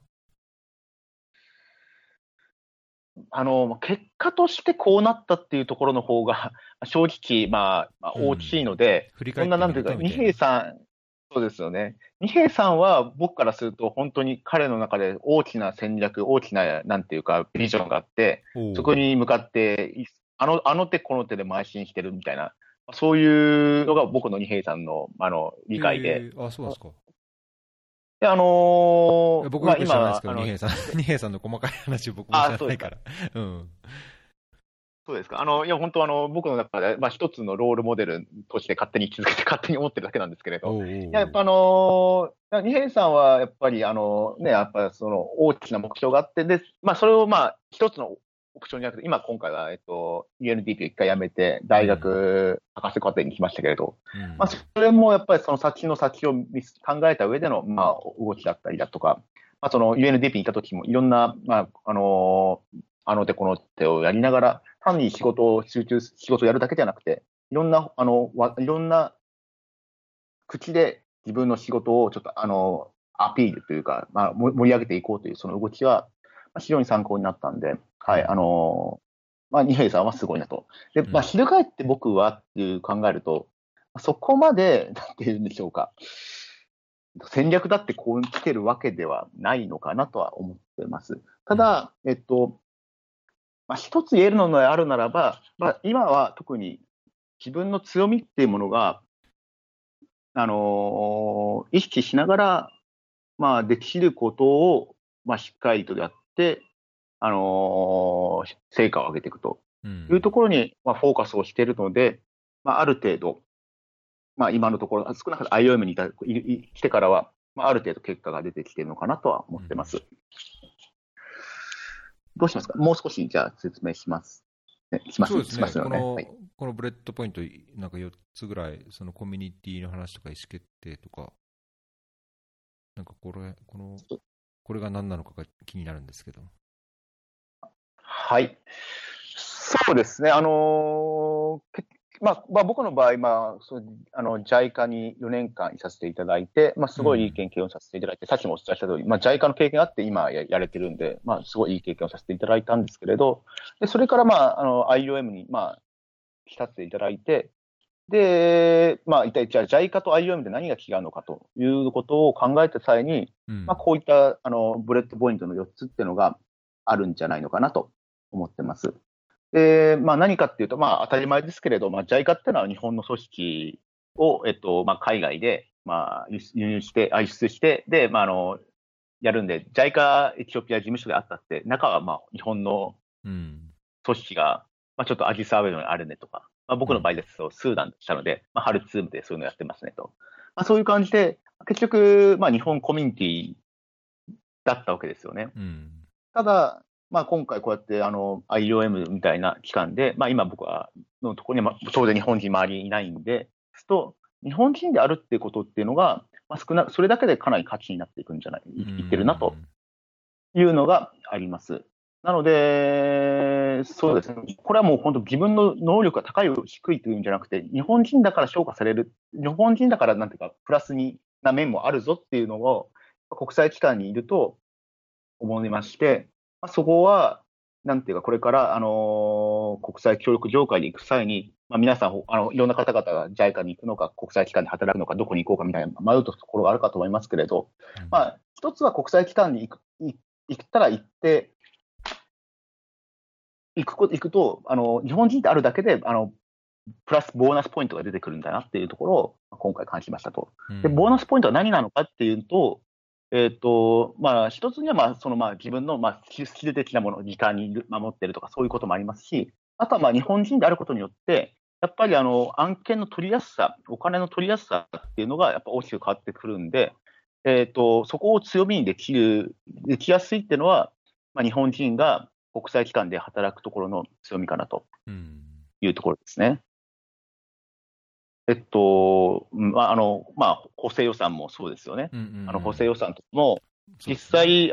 結果としてこうなったっていうところの方が、正直、大うん。 きいので、 振りそんな、 返ってみるなんていうか、二とみたいな。 平さん、そうですよね。二平さんは僕からすると、本当に彼の中で大きな戦略、大きな、なんていうか、ビジョンがあって、 おそこお。 に向かって、あの手この手で邁進してるみたいな、そういうのが僕の二平さんの、理解で。 あ、そうなんですか。 で、 僕よく知らないです今、 けど、二平さん、二平さんの細かい話、僕も知らそうですか。 ないから。うん。 そうですか。いや、本当僕の中で、一つのロールモデルとして勝手に位置づけて勝手に思ってるだけなんですけれおうど、いや、やっおうおう。 ぱ二平さんは、やっぱりやっぱその大きな目標があって、で、それを一つのオプションになって、今回は、UNDP を一回辞めて、大うん。 学博士課程に来ましたけれど、 うん。 それもやっぱりその先の先を考えた上での、動きだったりだとか、その UNDP にいた時もいろんな、あの手この手をやりながら、単に仕事をやるだけじゃなくて、いろんな口で自分の仕事をちょっと、アピールというか、盛り上げていこうというその動きは、非常に参考になったんで、はい、 うん。 二平さんはすごいなと。で、 うん。 翻って僕はっていう考えると、そこまで、なんて言うんでしょうか。戦略だってこう来てるわけではないのかなとは思ってます。たうん。 だ、一つ言えるのであるならば、今は特に自分の強みっていうものが、意識しながら、できることを、しっかりとやって、成果を上げていくといううん。 ところに、フォーカスをしているので、ある程度、今のところ、少なくとも IOM に来てからは、ある程度結果が出てきているのかなとは思うん。 ってます。どうしますか？もう少し、じゃあ説明します。しまそうですね、 すよね。はい。 このブレッドポイント、なんか4つぐらい、そのコミュニティの話とか意思決定とか、なんかこれが何なのかが気になるんですけど。 はい。そうですね。僕の場合、JICA に4年間いさせていただいて、すごいいいうん。 経験をさせていただいて、さっきもお伝えした通り、JICA の経験があって今やれてるんで、すごいいい経験をさせていただいたんですけれど、で、それから、IOM に、来させていただいて、で、一体じゃあ JICA と IOM で何が違うのかということを考えた際に、 うん。 こういった、ブレッドポイントの4つっていうのがあるんじゃないのかなと思ってます。で、何かっていうと、当たり前ですけれど、JICA っていうのは日本の組織を、海外で、輸入して、輸出して、で、やるんで、JICA エチオピア事務所であったって、中は日本のうん。 組織が、ちょっとアジサーベイのにあるねとか、僕の場合うん。 ですと、スーダンでしたので、ハルツームでそういうのやってますねと。 まあ、そういう感じで、結局、まあ、日本コミュニティだったわけですよね。 うん。 ただ、まあ、今回こうやってIOM みたいな機関で、まあ、今僕はのところには、まあ、当然日本人周りにいないんで、と日本人であるっていうことっていうのが、まあ、それだけでかなり価値になっていくんじゃない、いってるなというのがあります。なので、そうですね。これはもう本当自分の能力が高い、低いというんじゃなくて、日本人だから評価される、日本人だからなんていうか、プラスな面もあるぞっていうのを、国際機関にいると思いまして、まあ、そこは、なんていうか、これから、国際協力業界に行く際に、まあ、皆さん、いろんな方々が JICA に行くのか、国際機関で働くのか、どこに行こうかみたいな迷うところがあるかと思いますけれど、まあ、一つは国際機関に行ったら行って、行くと、日本人であるだけで、プラスボーナスポイントが出てくるんだなっていうところを今回感じましたと。で、ボーナスポイントは何なのかっていうと、まあ、一つには、まあ、自分の、まあ、スキル的なもの、時間に守ってるとか、そういうこともありますし、あとは、まあ、日本人であることによって、やっぱり、案件の取りやすさ、お金の取りやすさっていうのが、やっぱ大きく変わってくるんで、そこを強みにできやすいっていうのは、まあ、日本人が国際機関で働くところの強みかなというところですね。まあ、まあ、補正予算もそうですよね。補正予算とも、実際、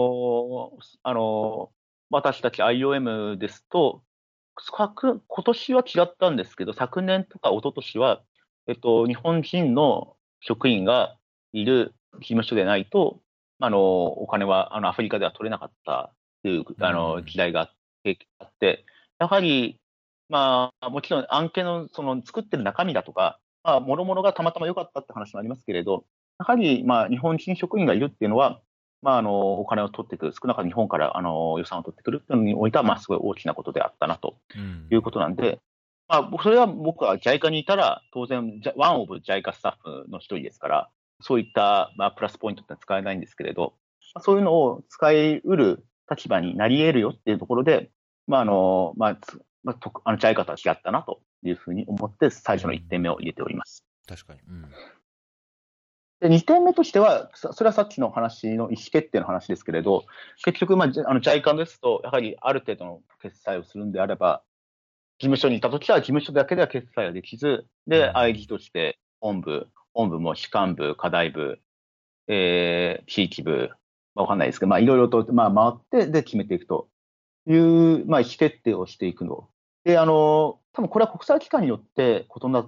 私たち IOM ですと、今年は違ったんですけど、昨年とか一昨年は、日本人の職員がいる事務所でないと、お金は、アフリカでは取れなかったという、時代があって、やはり、まあ、もちろん案件の作ってる中身だとか、まあ、もろもろがたまたま良かったって話もありますけれど、やはり、まあ、日本人職員がいるっていうのは、まあ、お金を取ってくる、少なくとも日本から予算を取ってくるっていうのにおいては、まあ、すごい大きなことであったなということなんで、まあ、それは僕は JICA にいたら、当然、ワンオブ JICA スタッフの一人ですから、そういった、まあ、プラスポイントってのは使えないんですけれど、そういうのを使い得る立場になり得るよっていうところで、まあ、JICA とは違ったなというふうに思って、最初の1点目を入れております。 確かに。 で、2点目としては、それはさっきの話の意思決定の話ですけれど、結局、まあ、JICA ですと、やはりある程度の決済をするんであれば、事務所にいたときは事務所だけでは決済ができず、で、ID として本部も主幹部、課題部、地域部、まあ、わかんないですけど、まあ、いろいろと、まあ、回って、で、決めていくという、まあ、意思決定をしていくの。で、多分これは国際機関によって異なって、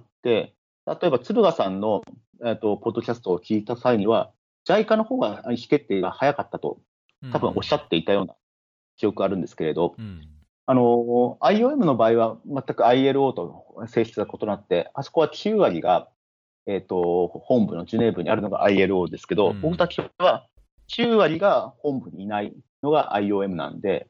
例えば、鶴賀さんの、ポッドキャストを聞いた際には、JICA の方が意思決定が早かったと、多分おっしゃっていたような記憶があるんですけれど、IOM の場合は全く ILO と性質が異なって、あそこは9割が、本部のジュネーブにあるのが ILO ですけど、僕たちは9割が本部にいないのが IOM なんで、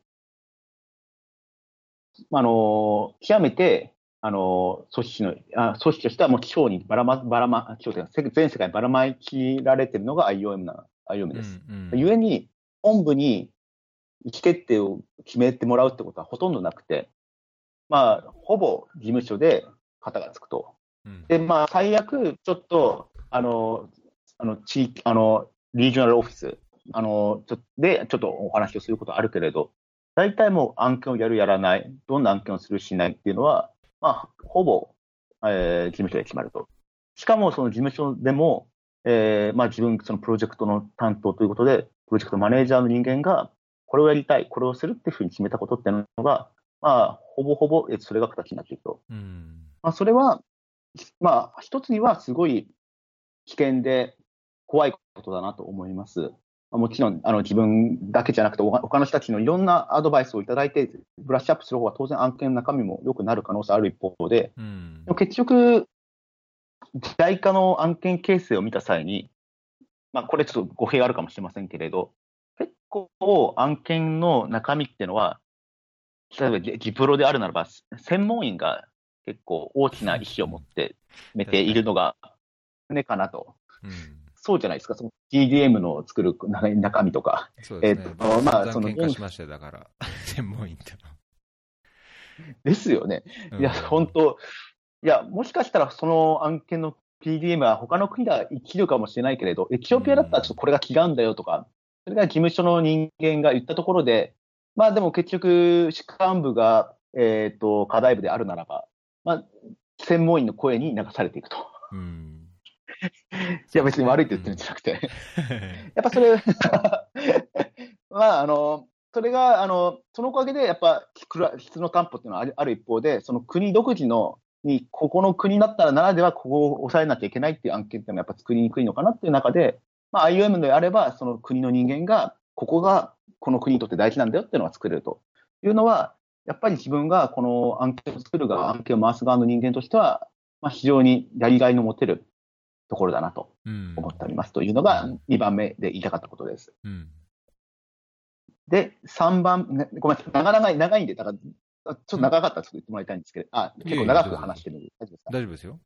極めて、組織としてはもう地方に全世界にばらまきられているのが IOM です。ゆえに、本部に意思決定を決めてもらうってことはほとんどなくて、まあ、ほぼ事務所で肩がつくと。で、まあ、最悪、ちょっと、地域、リージョナルオフィス、で、ちょっとお話をすることあるけれど、大体もう案件をやる、やらない、どんな案件をする、しないっていうのは、まあ、ほぼ、事務所で決まると。しかも、その事務所でも、まあ、自分、そのプロジェクトの担当ということで、プロジェクトマネージャーの人間が、これをやりたい、これをするっていうふうに決めたことっていうのが、まあ、ほぼほぼ、それが形になっていくと。まあ、それは、まあ、一つにはすごい危険で怖いことだなと思います。もちろん、自分だけじゃなくて、他の人たちのいろんなアドバイスをいただいて、ブラッシュアップする方が当然案件の中身も良くなる可能性ある一方で、でも結局、JICA の案件形成を見た際に、まあ、これちょっと語弊があるかもしれませんけれど、結構案件の中身っていうのは、例えばジプロであるならば、専門員が結構大きな意思を持って決めているのが船かなと。そうじゃないですか、その GDM の作る中身とか。 そうですね。まあ、喧嘩しましたよ、だから、専門員っての。 ですよね。いや、本当、いや、もしかしたらその案件の PDM は他の国では生きるかもしれないけれど、エチオピアだったらちょっとこれが違うんだよとか、それが事務所の人間が言ったところで、まあでも結局、主幹部が、課題部であるならば、まあ、専門医の声に流されていくと。 うん。 いや、別に悪いって言ってるんじゃなくて。やっぱそれまあ、それが、そのおかげで、やっぱ、質の担保っていうのはある一方で、その国独自の、ここの国だったらならでは、ここを抑えなきゃいけないっていう案件っていうのはやっぱ作りにくいのかなっていう中で、まあ、IOM であれば、その国の人間が、ここがこの国にとって大事なんだよっていうのが作れるというのは、やっぱり自分がこの案件を作る側、案件を回す側の人間としては、まあ、非常にやりがいの持てるところだなと思っておりますというのが2番目で言いたかったことです。 うん。 で、3番、ごめんなさい、長いんで、だから、ちょっと長かったらちょっと言ってもらいたいんですけど、結構長く話してるんで、大丈夫ですか？ 大丈夫ですよ。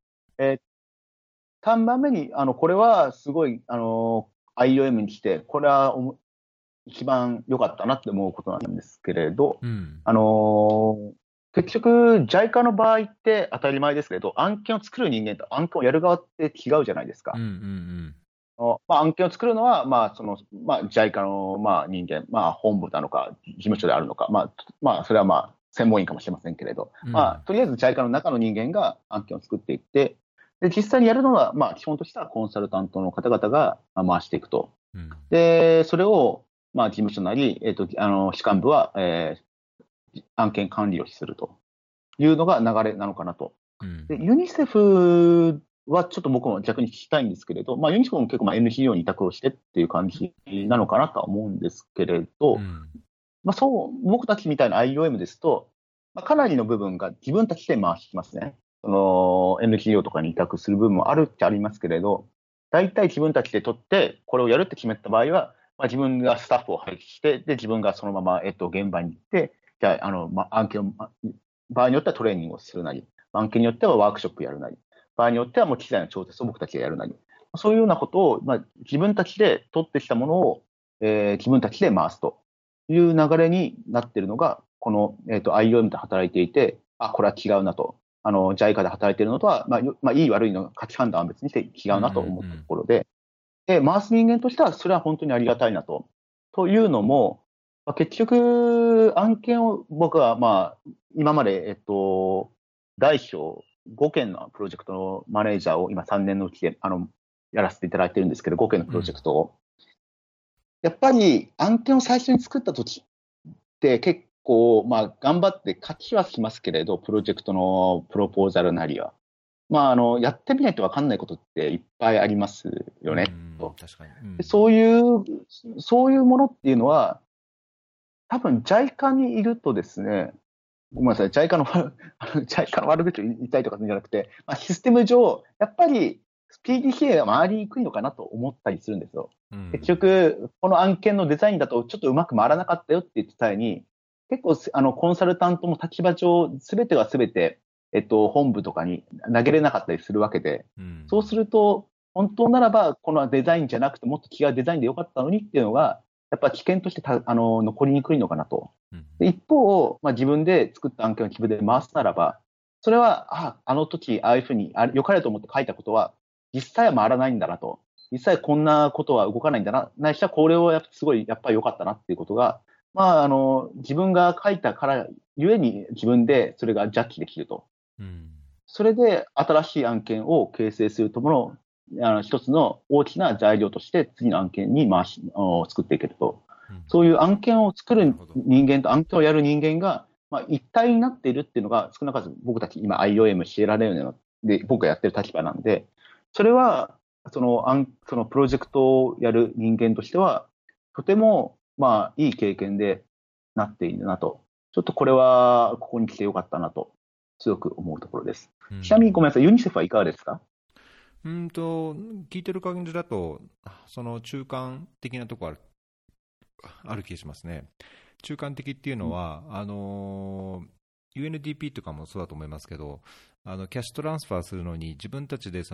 3番目に、これはすごい、IOM に来て、これは一番良かったなって思うことなんですけれど、 うん。 結局、JICA の場合って当たり前ですけれど、案件を作る人間と案件をやる側って違うじゃないですか。 うんうんまあ、案件を作るのは、まあ、JICA の、まあ、人間、まあ、本部なのか、事務所であるのか、まあ、それはまあ、専門員かもしれませんけれど、 うん。 まあ、とりあえず JICA の中の人間が案件を作っていって、で、実際にやるのは、まあ、基本としてはコンサルタントの方々が回していくと。 うん。 で、それを、まあ、事務所なり、主幹部は、案件管理をするというのが流れなのかなと。 うん。 で、ユニセフはちょっと僕も逆に聞きたいんですけれど、まあ、ユニセフも結構まあ NGO に委託をしてっていう感じなのかなとは思うんですけれど、 うん。 まあ、僕たちみたいな IOM ですと、まあ、かなりの部分が自分たちで回してきますね。その NGO とかに委託する部分もあるっちゃありますけれど、大体自分たちで取って、これをやるって決めた場合は、まあ、自分がスタッフを配置して、で、自分がそのまま、現場に行って、じゃあ、まあ、案件を、場合によってはトレーニングをするなり、案件によってはワークショップやるなり、場合によってはもう機材の調節を僕たちがやるなり、そういうようなことを、まあ、自分たちで取ってきたものを、自分たちで回すという流れになっているのが、この、IOM で働いていて、これは違うなと。JICA で働いているのとは、まあ、いい悪いの価値判断は別にして違うなと思ったところで、回す人間としては、それは本当にありがたいなと。というのも、まあ、結局、案件を僕は、まあ、今まで、大小5件のプロジェクトのマネージャーを今3年のうちで、やらせていただいてるんですけど、5件のプロジェクトを。やっぱり案件を最初に作った時って結構、まあ、頑張って書きはしますけれど、プロジェクトのプロポーザルなりは。まあ、やってみないと分かんないことっていっぱいありますよね、と。 確かに。 そういうものっていうのは、多分 JICA にいるとですね、ごめんなさい、JICA の悪口を言いたいとかするんじゃなくて、まあ、システム上、やっぱり PDCA が回りにくいのかなと思ったりするんですよ。結局、この案件のデザインだとちょっとうまく回らなかったよって言ってた際に、結構、コンサルタントも立場上、すべてがすべて、本部とかに投げれなかったりするわけで、そうすると、本当ならば、このデザインじゃなくて、もっと違うデザインでよかったのにっていうのが、やっぱ危険として残りにくいのかなと。一方、まあ、自分で作った案件を自分で回すならば、それは、あの時、ああいうふうに良かれと思って書いたことは、実際は回らないんだなと。実際こんなことは動かないんだな。ないしはこれをすごい、やっぱり良かったなっていうことが、まあ、自分が書いたからゆえに自分でそれがジャッジできると。それで新しい案件を形成するともの、一つの大きな材料として次の案件に作っていけると。そういう案件を作る人間と案件をやる人間が、まあ、一体になっているっていうのが少なからず僕たち今 IOM シエラレオネで僕がやってる立場なんで、それはそのプロジェクトをやる人間としては、とてもまあいい経験でなっているなと。ちょっとこれはここに来てよかったなと強く思うところです。ちなみにごめんなさい、ユニセフはいかがですか？ 聞いてる感じだと、その中間的なところある気がしますね。中間的っていうのは、UNDP とかもそうだと思いますけど、キャッシュトランスファーするのに自分たちで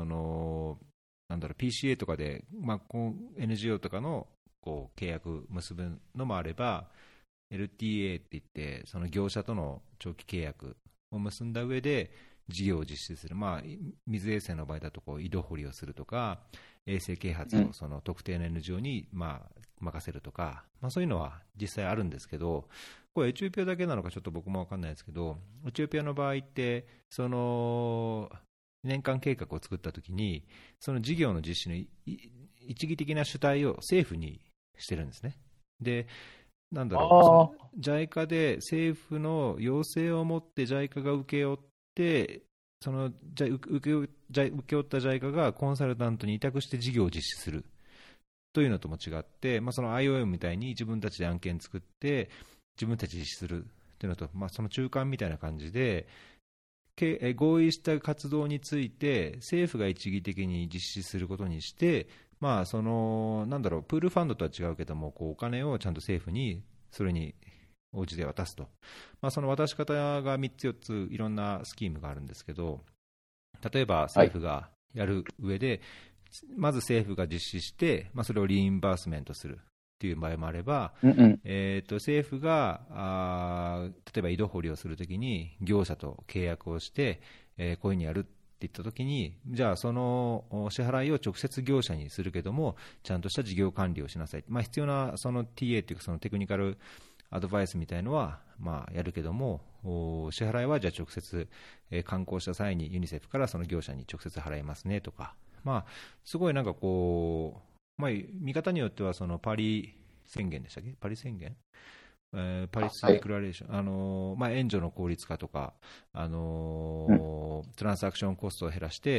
PCA とかで、NGO とかの契約結ぶのもあれば、LTA って言ってその業者との長期契約を結んだ上で事業を実施する、水衛星の場合だと井戸掘りをするとか、衛星啓発をその特定の NGO に任せるとか、そういうのは実際あるんですけど、これエチオピアだけなのかちょっと僕も分かんないですけど、エチオピアの場合ってその年間計画を作ったときに、その事業の実施の一義的な主体を政府にしてるんですね。で、なんだろう、その JICA で政府の要請をもって JICA が請け負って、その請け負った JICA がコンサルタントに委託して事業を実施するというのとも違って、その IOM みたいに自分たちで案件作って自分たちで実施するというのと、その中間みたいな感じで、合意した活動について政府が一義的に実施することにして、そのなんだろう、プールファンドとは違うけども、お金をちゃんと政府にそれに応じて渡すと、その渡し方が3つ4ついろんなスキームがあるんですけど、例えば政府がやる上で、まず政府が実施して、それをリインバースメントするっていう場合もあれば、政府が例えば井戸掘りをするときに業者と契約をして、こういうふうにやるって言ったときに、じゃあその支払いを直接業者にするけども、ちゃんとした事業管理をしなさい、必要なその TA というか、そのテクニカルアドバイスみたいのはやるけども、支払いはじゃあ直接、観光した際にユニセフからその業者に直接払いますねとか、すごいなんか見方によってはそのパリ宣言でしたっけ、パリ宣言、パリスデクラレーション、援助の効率化とか、トランサクションコストを減らして、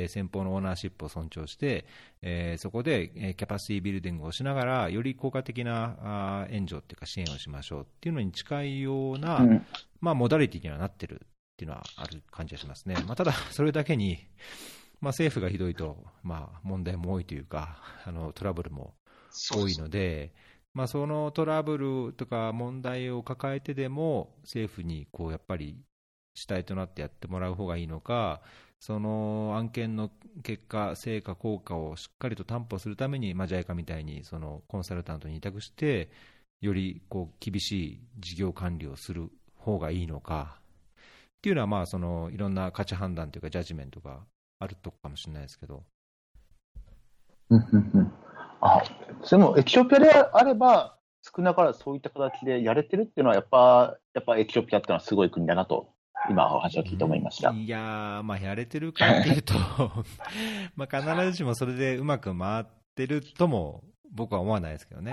先方のオーナーシップを尊重して、そこで、キャパシティビルディングをしながら、より効果的な援助というか支援をしましょうっていうのに近いような、モダリティにはなってるっていうのはある感じがしますね。ただ、それだけに、政府がひどいと、問題も多いというか、トラブルも多いので、そのトラブルとか問題を抱えてでも、政府にやっぱり主体となってやってもらう方がいいのか、その案件の結果、成果、効果をしっかりと担保するために、JICA みたいにそのコンサルタントに委託して、より厳しい事業管理をする方がいいのかっていうのは、そのいろんな価値判断というか、ジャッジメントがあるとこかもしれないですけど。 でもエチオピアであれば、少なからずそういった形でやれてるっていうのは、やっぱエチオピアっていうのはすごい国だなと、今、お話を聞いて思いました。 いやー、やれてるかっていうと必ずしもそれでうまく回ってるとも、僕は思わないですけどね。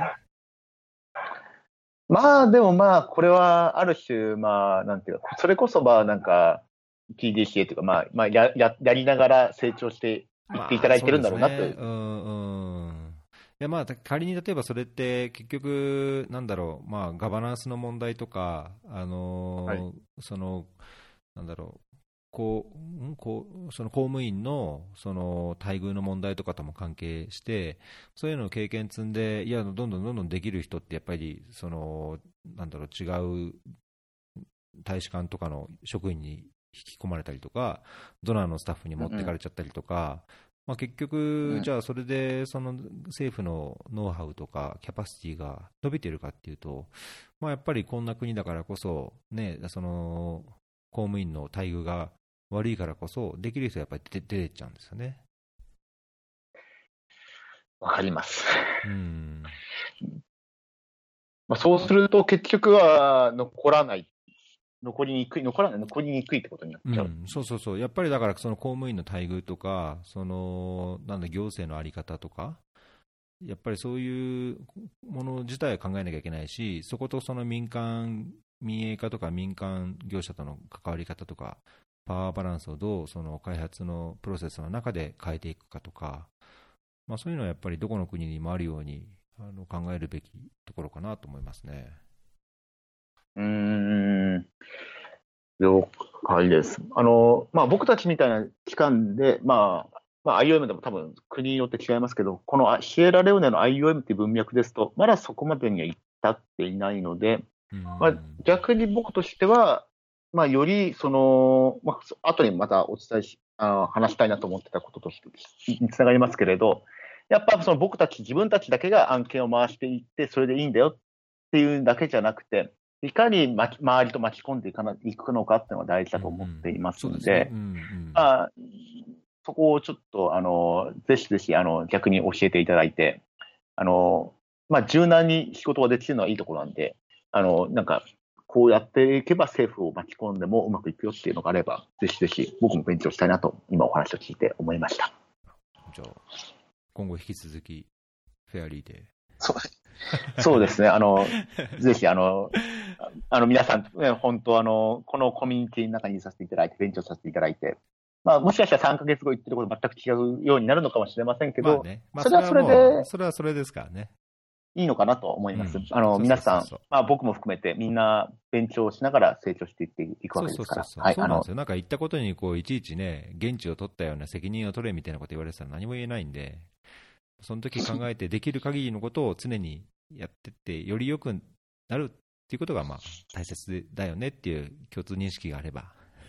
でもこれはある種、なんていうか、それこそなんか、PDCA というか、やりながら成長していっていただいてるんだろうなという。 いや仮に例えばそれって結局、なんだろう、ガバナンスの問題とか、そのなんだろう、その公務員のその待遇の問題とかとも関係して、そういうのを経験積んで、どんどんできる人って、やっぱりそのなんだろう、違う大使館とかの職員に引き込まれたりとか、ドナーのスタッフに持ってかれちゃったりとか、結局、じゃあそれでその政府のノウハウとかキャパシティが伸びているかっていうと、やっぱりこんな国だからこそ、その公務員の待遇が悪いからこそ、できる人はやっぱり出てっちゃうんですよね。 わかります。そうすると結局は残りにくいってことになっちゃう。 そう、やっぱりだからその公務員の待遇とか、その行政の在り方とか、やっぱりそういうもの自体は考えなきゃいけないし、そことその民営化とか民間業者との関わり方とか、パワーバランスをどうその開発のプロセスの中で変えていくかとか、そういうのはやっぱりどこの国にもあるように考えるべきところかなと思いますね。 了解です。僕たちみたいな機関で、IOM でも多分国によって違いますけど、このシエラレオネの IOM っていう文脈ですと、まだそこまでには至っていないので、逆に僕としては、よりその、後にまたお伝えし、話したいなと思ってたこととしてにつながりますけれど、やっぱその自分たちだけが案件を回していって、それでいいんだよっていうだけじゃなくて、 いかに周りと巻き込んでいくのかっていうのが大事だと思っていますので、まあ、そこをちょっと、ぜひぜひ、逆に教えていただいて、まあ、柔軟に仕事ができるのはいいところなんで、なんか、こうやっていけば政府を巻き込んでもうまくいくよっていうのがあれば、ぜひぜひ僕も勉強したいなと、今お話を聞いて思いました。 じゃあ、今後引き続き、フェアリーで。 そうですね。ぜひ、皆さん、本当、このコミュニティの中にいさせていただいて、勉強させていただいて、まあ、もしかしたら3ヶ月後言ってること全く違うようになるのかもしれませんけど、それはそれで、 それはそれですからね。 いいのかなと思います。皆さん、まあ僕も含めてみんな勉強しながら成長していくわけですから。 そうなんですよ。なんか言ったことにいちいちね、現地を取ったような責任を取れみたいなこと言われてたら何も言えないんで、その時考えてできる限りのことを常にやってって、より良くなるっていうことがまあ大切だよねっていう共通認識があれば。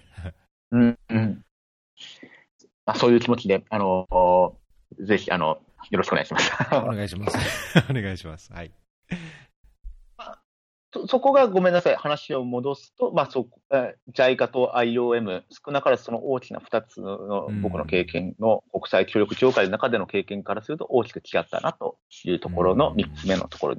まあ、そういう気持ちで、ぜひ、よろしくお願いします。 お願いします。お願いします。はい。 そこがごめんなさい、話を戻すと、まあ、JICA と IOM、少なからずその大きな2つの僕の経験の国際協力協会の中での経験からすると大きく違ったなというところの3つ目のところです。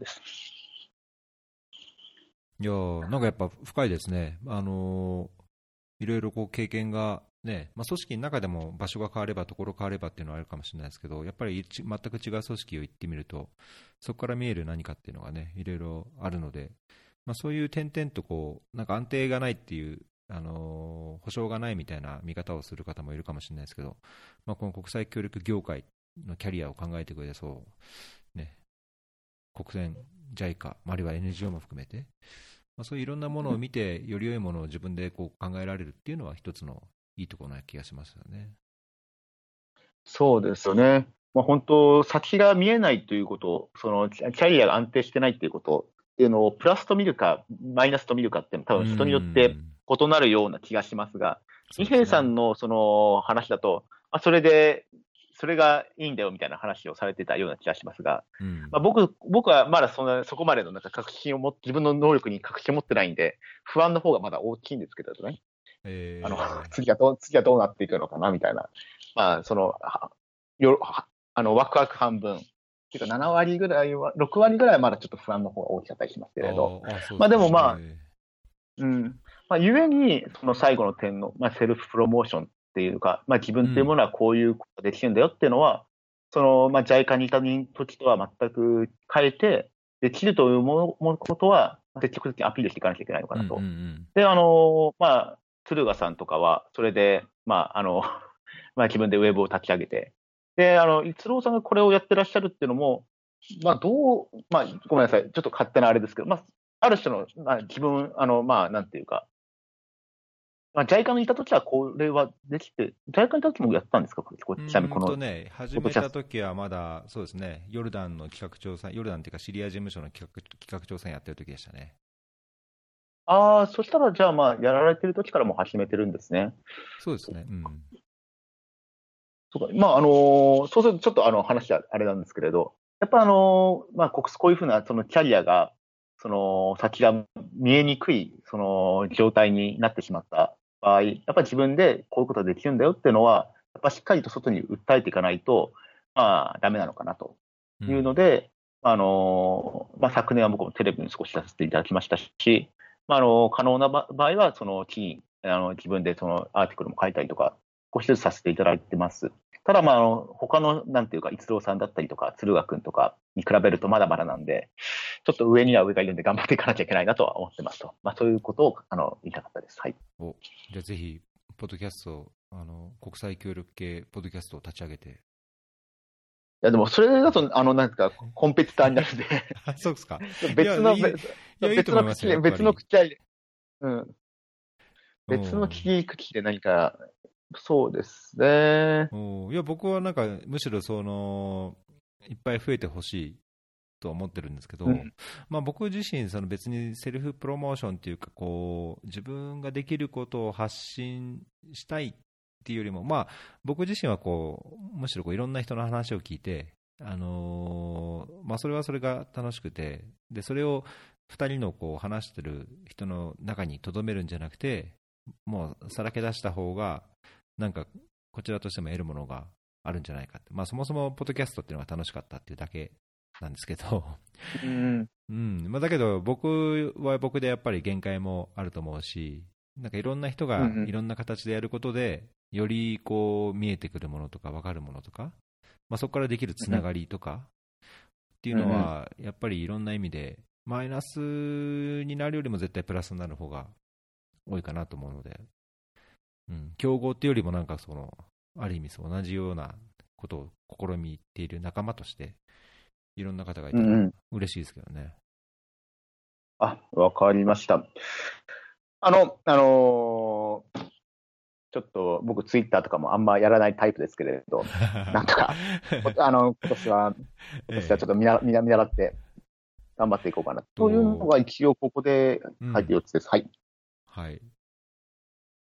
いやなんかやっぱ深いですね。いろいろ経験がね、まあ、組織の中でも場所が変われば、ところ変わればっていうのはあるかもしれないですけど、やっぱり全く違う組織を行ってみると、そこから見える何かっていうのがね、いろいろあるので、まあ、そういう点々となんか安定がないっていう、保証がないみたいな見方をする方もいるかもしれないですけど、まあ、この国際協力業界のキャリアを考えてくれて、そうね、国連、JICA、あるいは NGO も含めて、まあ、そういういろんなものを見て、より良いものを自分で考えられるっていうのは一つのいいところな気がしますよね。 そうですよね。まあ、本当、先が見えないということ、そのキャリアが安定してないということっていうのをプラスと見るか、マイナスと見るかって多分人によって異なるような気がしますが、二平さんのその話だと、それがいいんだよみたいな話をされてたような気がしますが、まあ、僕はまだそこまでの確信を自分の能力に確信を持ってないんで、不安の方がまだ大きいんですけどね。次はどうなっていくのかなみたいな。まあ、ワクワク半分。っていうか7割ぐらいは、6割ぐらいはまだちょっと不安の方が大きかったりしますけれど。まあでもまあ、まあ、ゆえに、その最後の点の、まあ、セルフプロモーションっていうか、まあ自分っていうものはこういうことができるんだよっていうのは、まあ JICA にいた時とは全く変えて、できるということは、積極的にアピールしていかなきゃいけないのかなと。で、まあ、敦賀さんとかは、それで、まあ、まあ自分でウェブを立ち上げて、で、逸郎さんがこれをやってらっしゃるっていうのも、まあまあごめんなさい、ちょっと勝手なあれですけど、まあ、ある種の、まあ自分、まあなんていうか、まあ、JICA にいたときはこれはできて、JICA にいたときもやったんですか、ちなみにこの。 始めたときはまだ、そうですね、ヨルダンの企画調査、ヨルダンっていうかシリア事務所の企画調査やってるときでしたね。 そしたらじゃあまあ、やられてるときからも始めてるんですね。 そうですね。 そうか。まあ、そうするとちょっと話はあれなんですけれど、やっぱまあ、こういうふうなそのキャリアが、先が見えにくい、状態になってしまった場合、やっぱり自分でこういうことができるんだよっていうのは、やっぱしっかりと外に訴えていかないと、まあ、ダメなのかなというので、まあ、昨年は僕もテレビに少し出させていただきましたし、まあ、可能な場合は、自分でアーティクルも書いたりとか、少しずつさせていただいてます。ただ、まあ、他の、なんていうか、逸郎さんだったりとか、敦賀君とかに比べるとまだまだなんで、ちょっと上には上がいるんで頑張っていかなきゃいけないなとは思ってますと。まあ、そういうことを、言いたかったです。はい。 じゃあぜひ、ポッドキャスト、国際協力系ポッドキャストを立ち上げて。いや、でも、それだと、なんか、コンペティターになるんでそうですか。 別の口合いで、別の切り口で何か、そうですね。 いや、僕はなんか、むしろいっぱい増えてほしいと思ってるんですけど、まあ、僕自身、別にセルフプロモーションっていうか、自分ができることを発信したいっていうよりも、まあ、僕自身はむしろいろんな人の話を聞いて、まあ、それはそれが楽しくて、でそれを 2人のこう話してる人の中にとどめるんじゃなくて、もうさらけ出した方が、なんかこちらとしても得るものがあるんじゃないかって、まあ、そもそもポッドキャストっていうのが楽しかったっていうだけなんですけど、まあ、だけど僕は僕でやっぱり限界もあると思うし、なんかいろんな人がいろんな形でやることで、よりこう見えてくるものとか分かるものとか、まあ、そこからできるつながりとかっていうのは、やっぱりいろんな意味でマイナスになるよりも絶対プラスになる方が多いかなと思うので、競合っていうよりもなんかそのある意味同じようなことを試みている仲間としていろんな方がいたら嬉しいですけどね。 あ、わかりました。ちょっと僕ツイッターとかもあんまやらないタイプですけれど、なんとか、今年はちょっと見習って頑張っていこうかなというのが一応ここで書いて4つです。はい。 はい。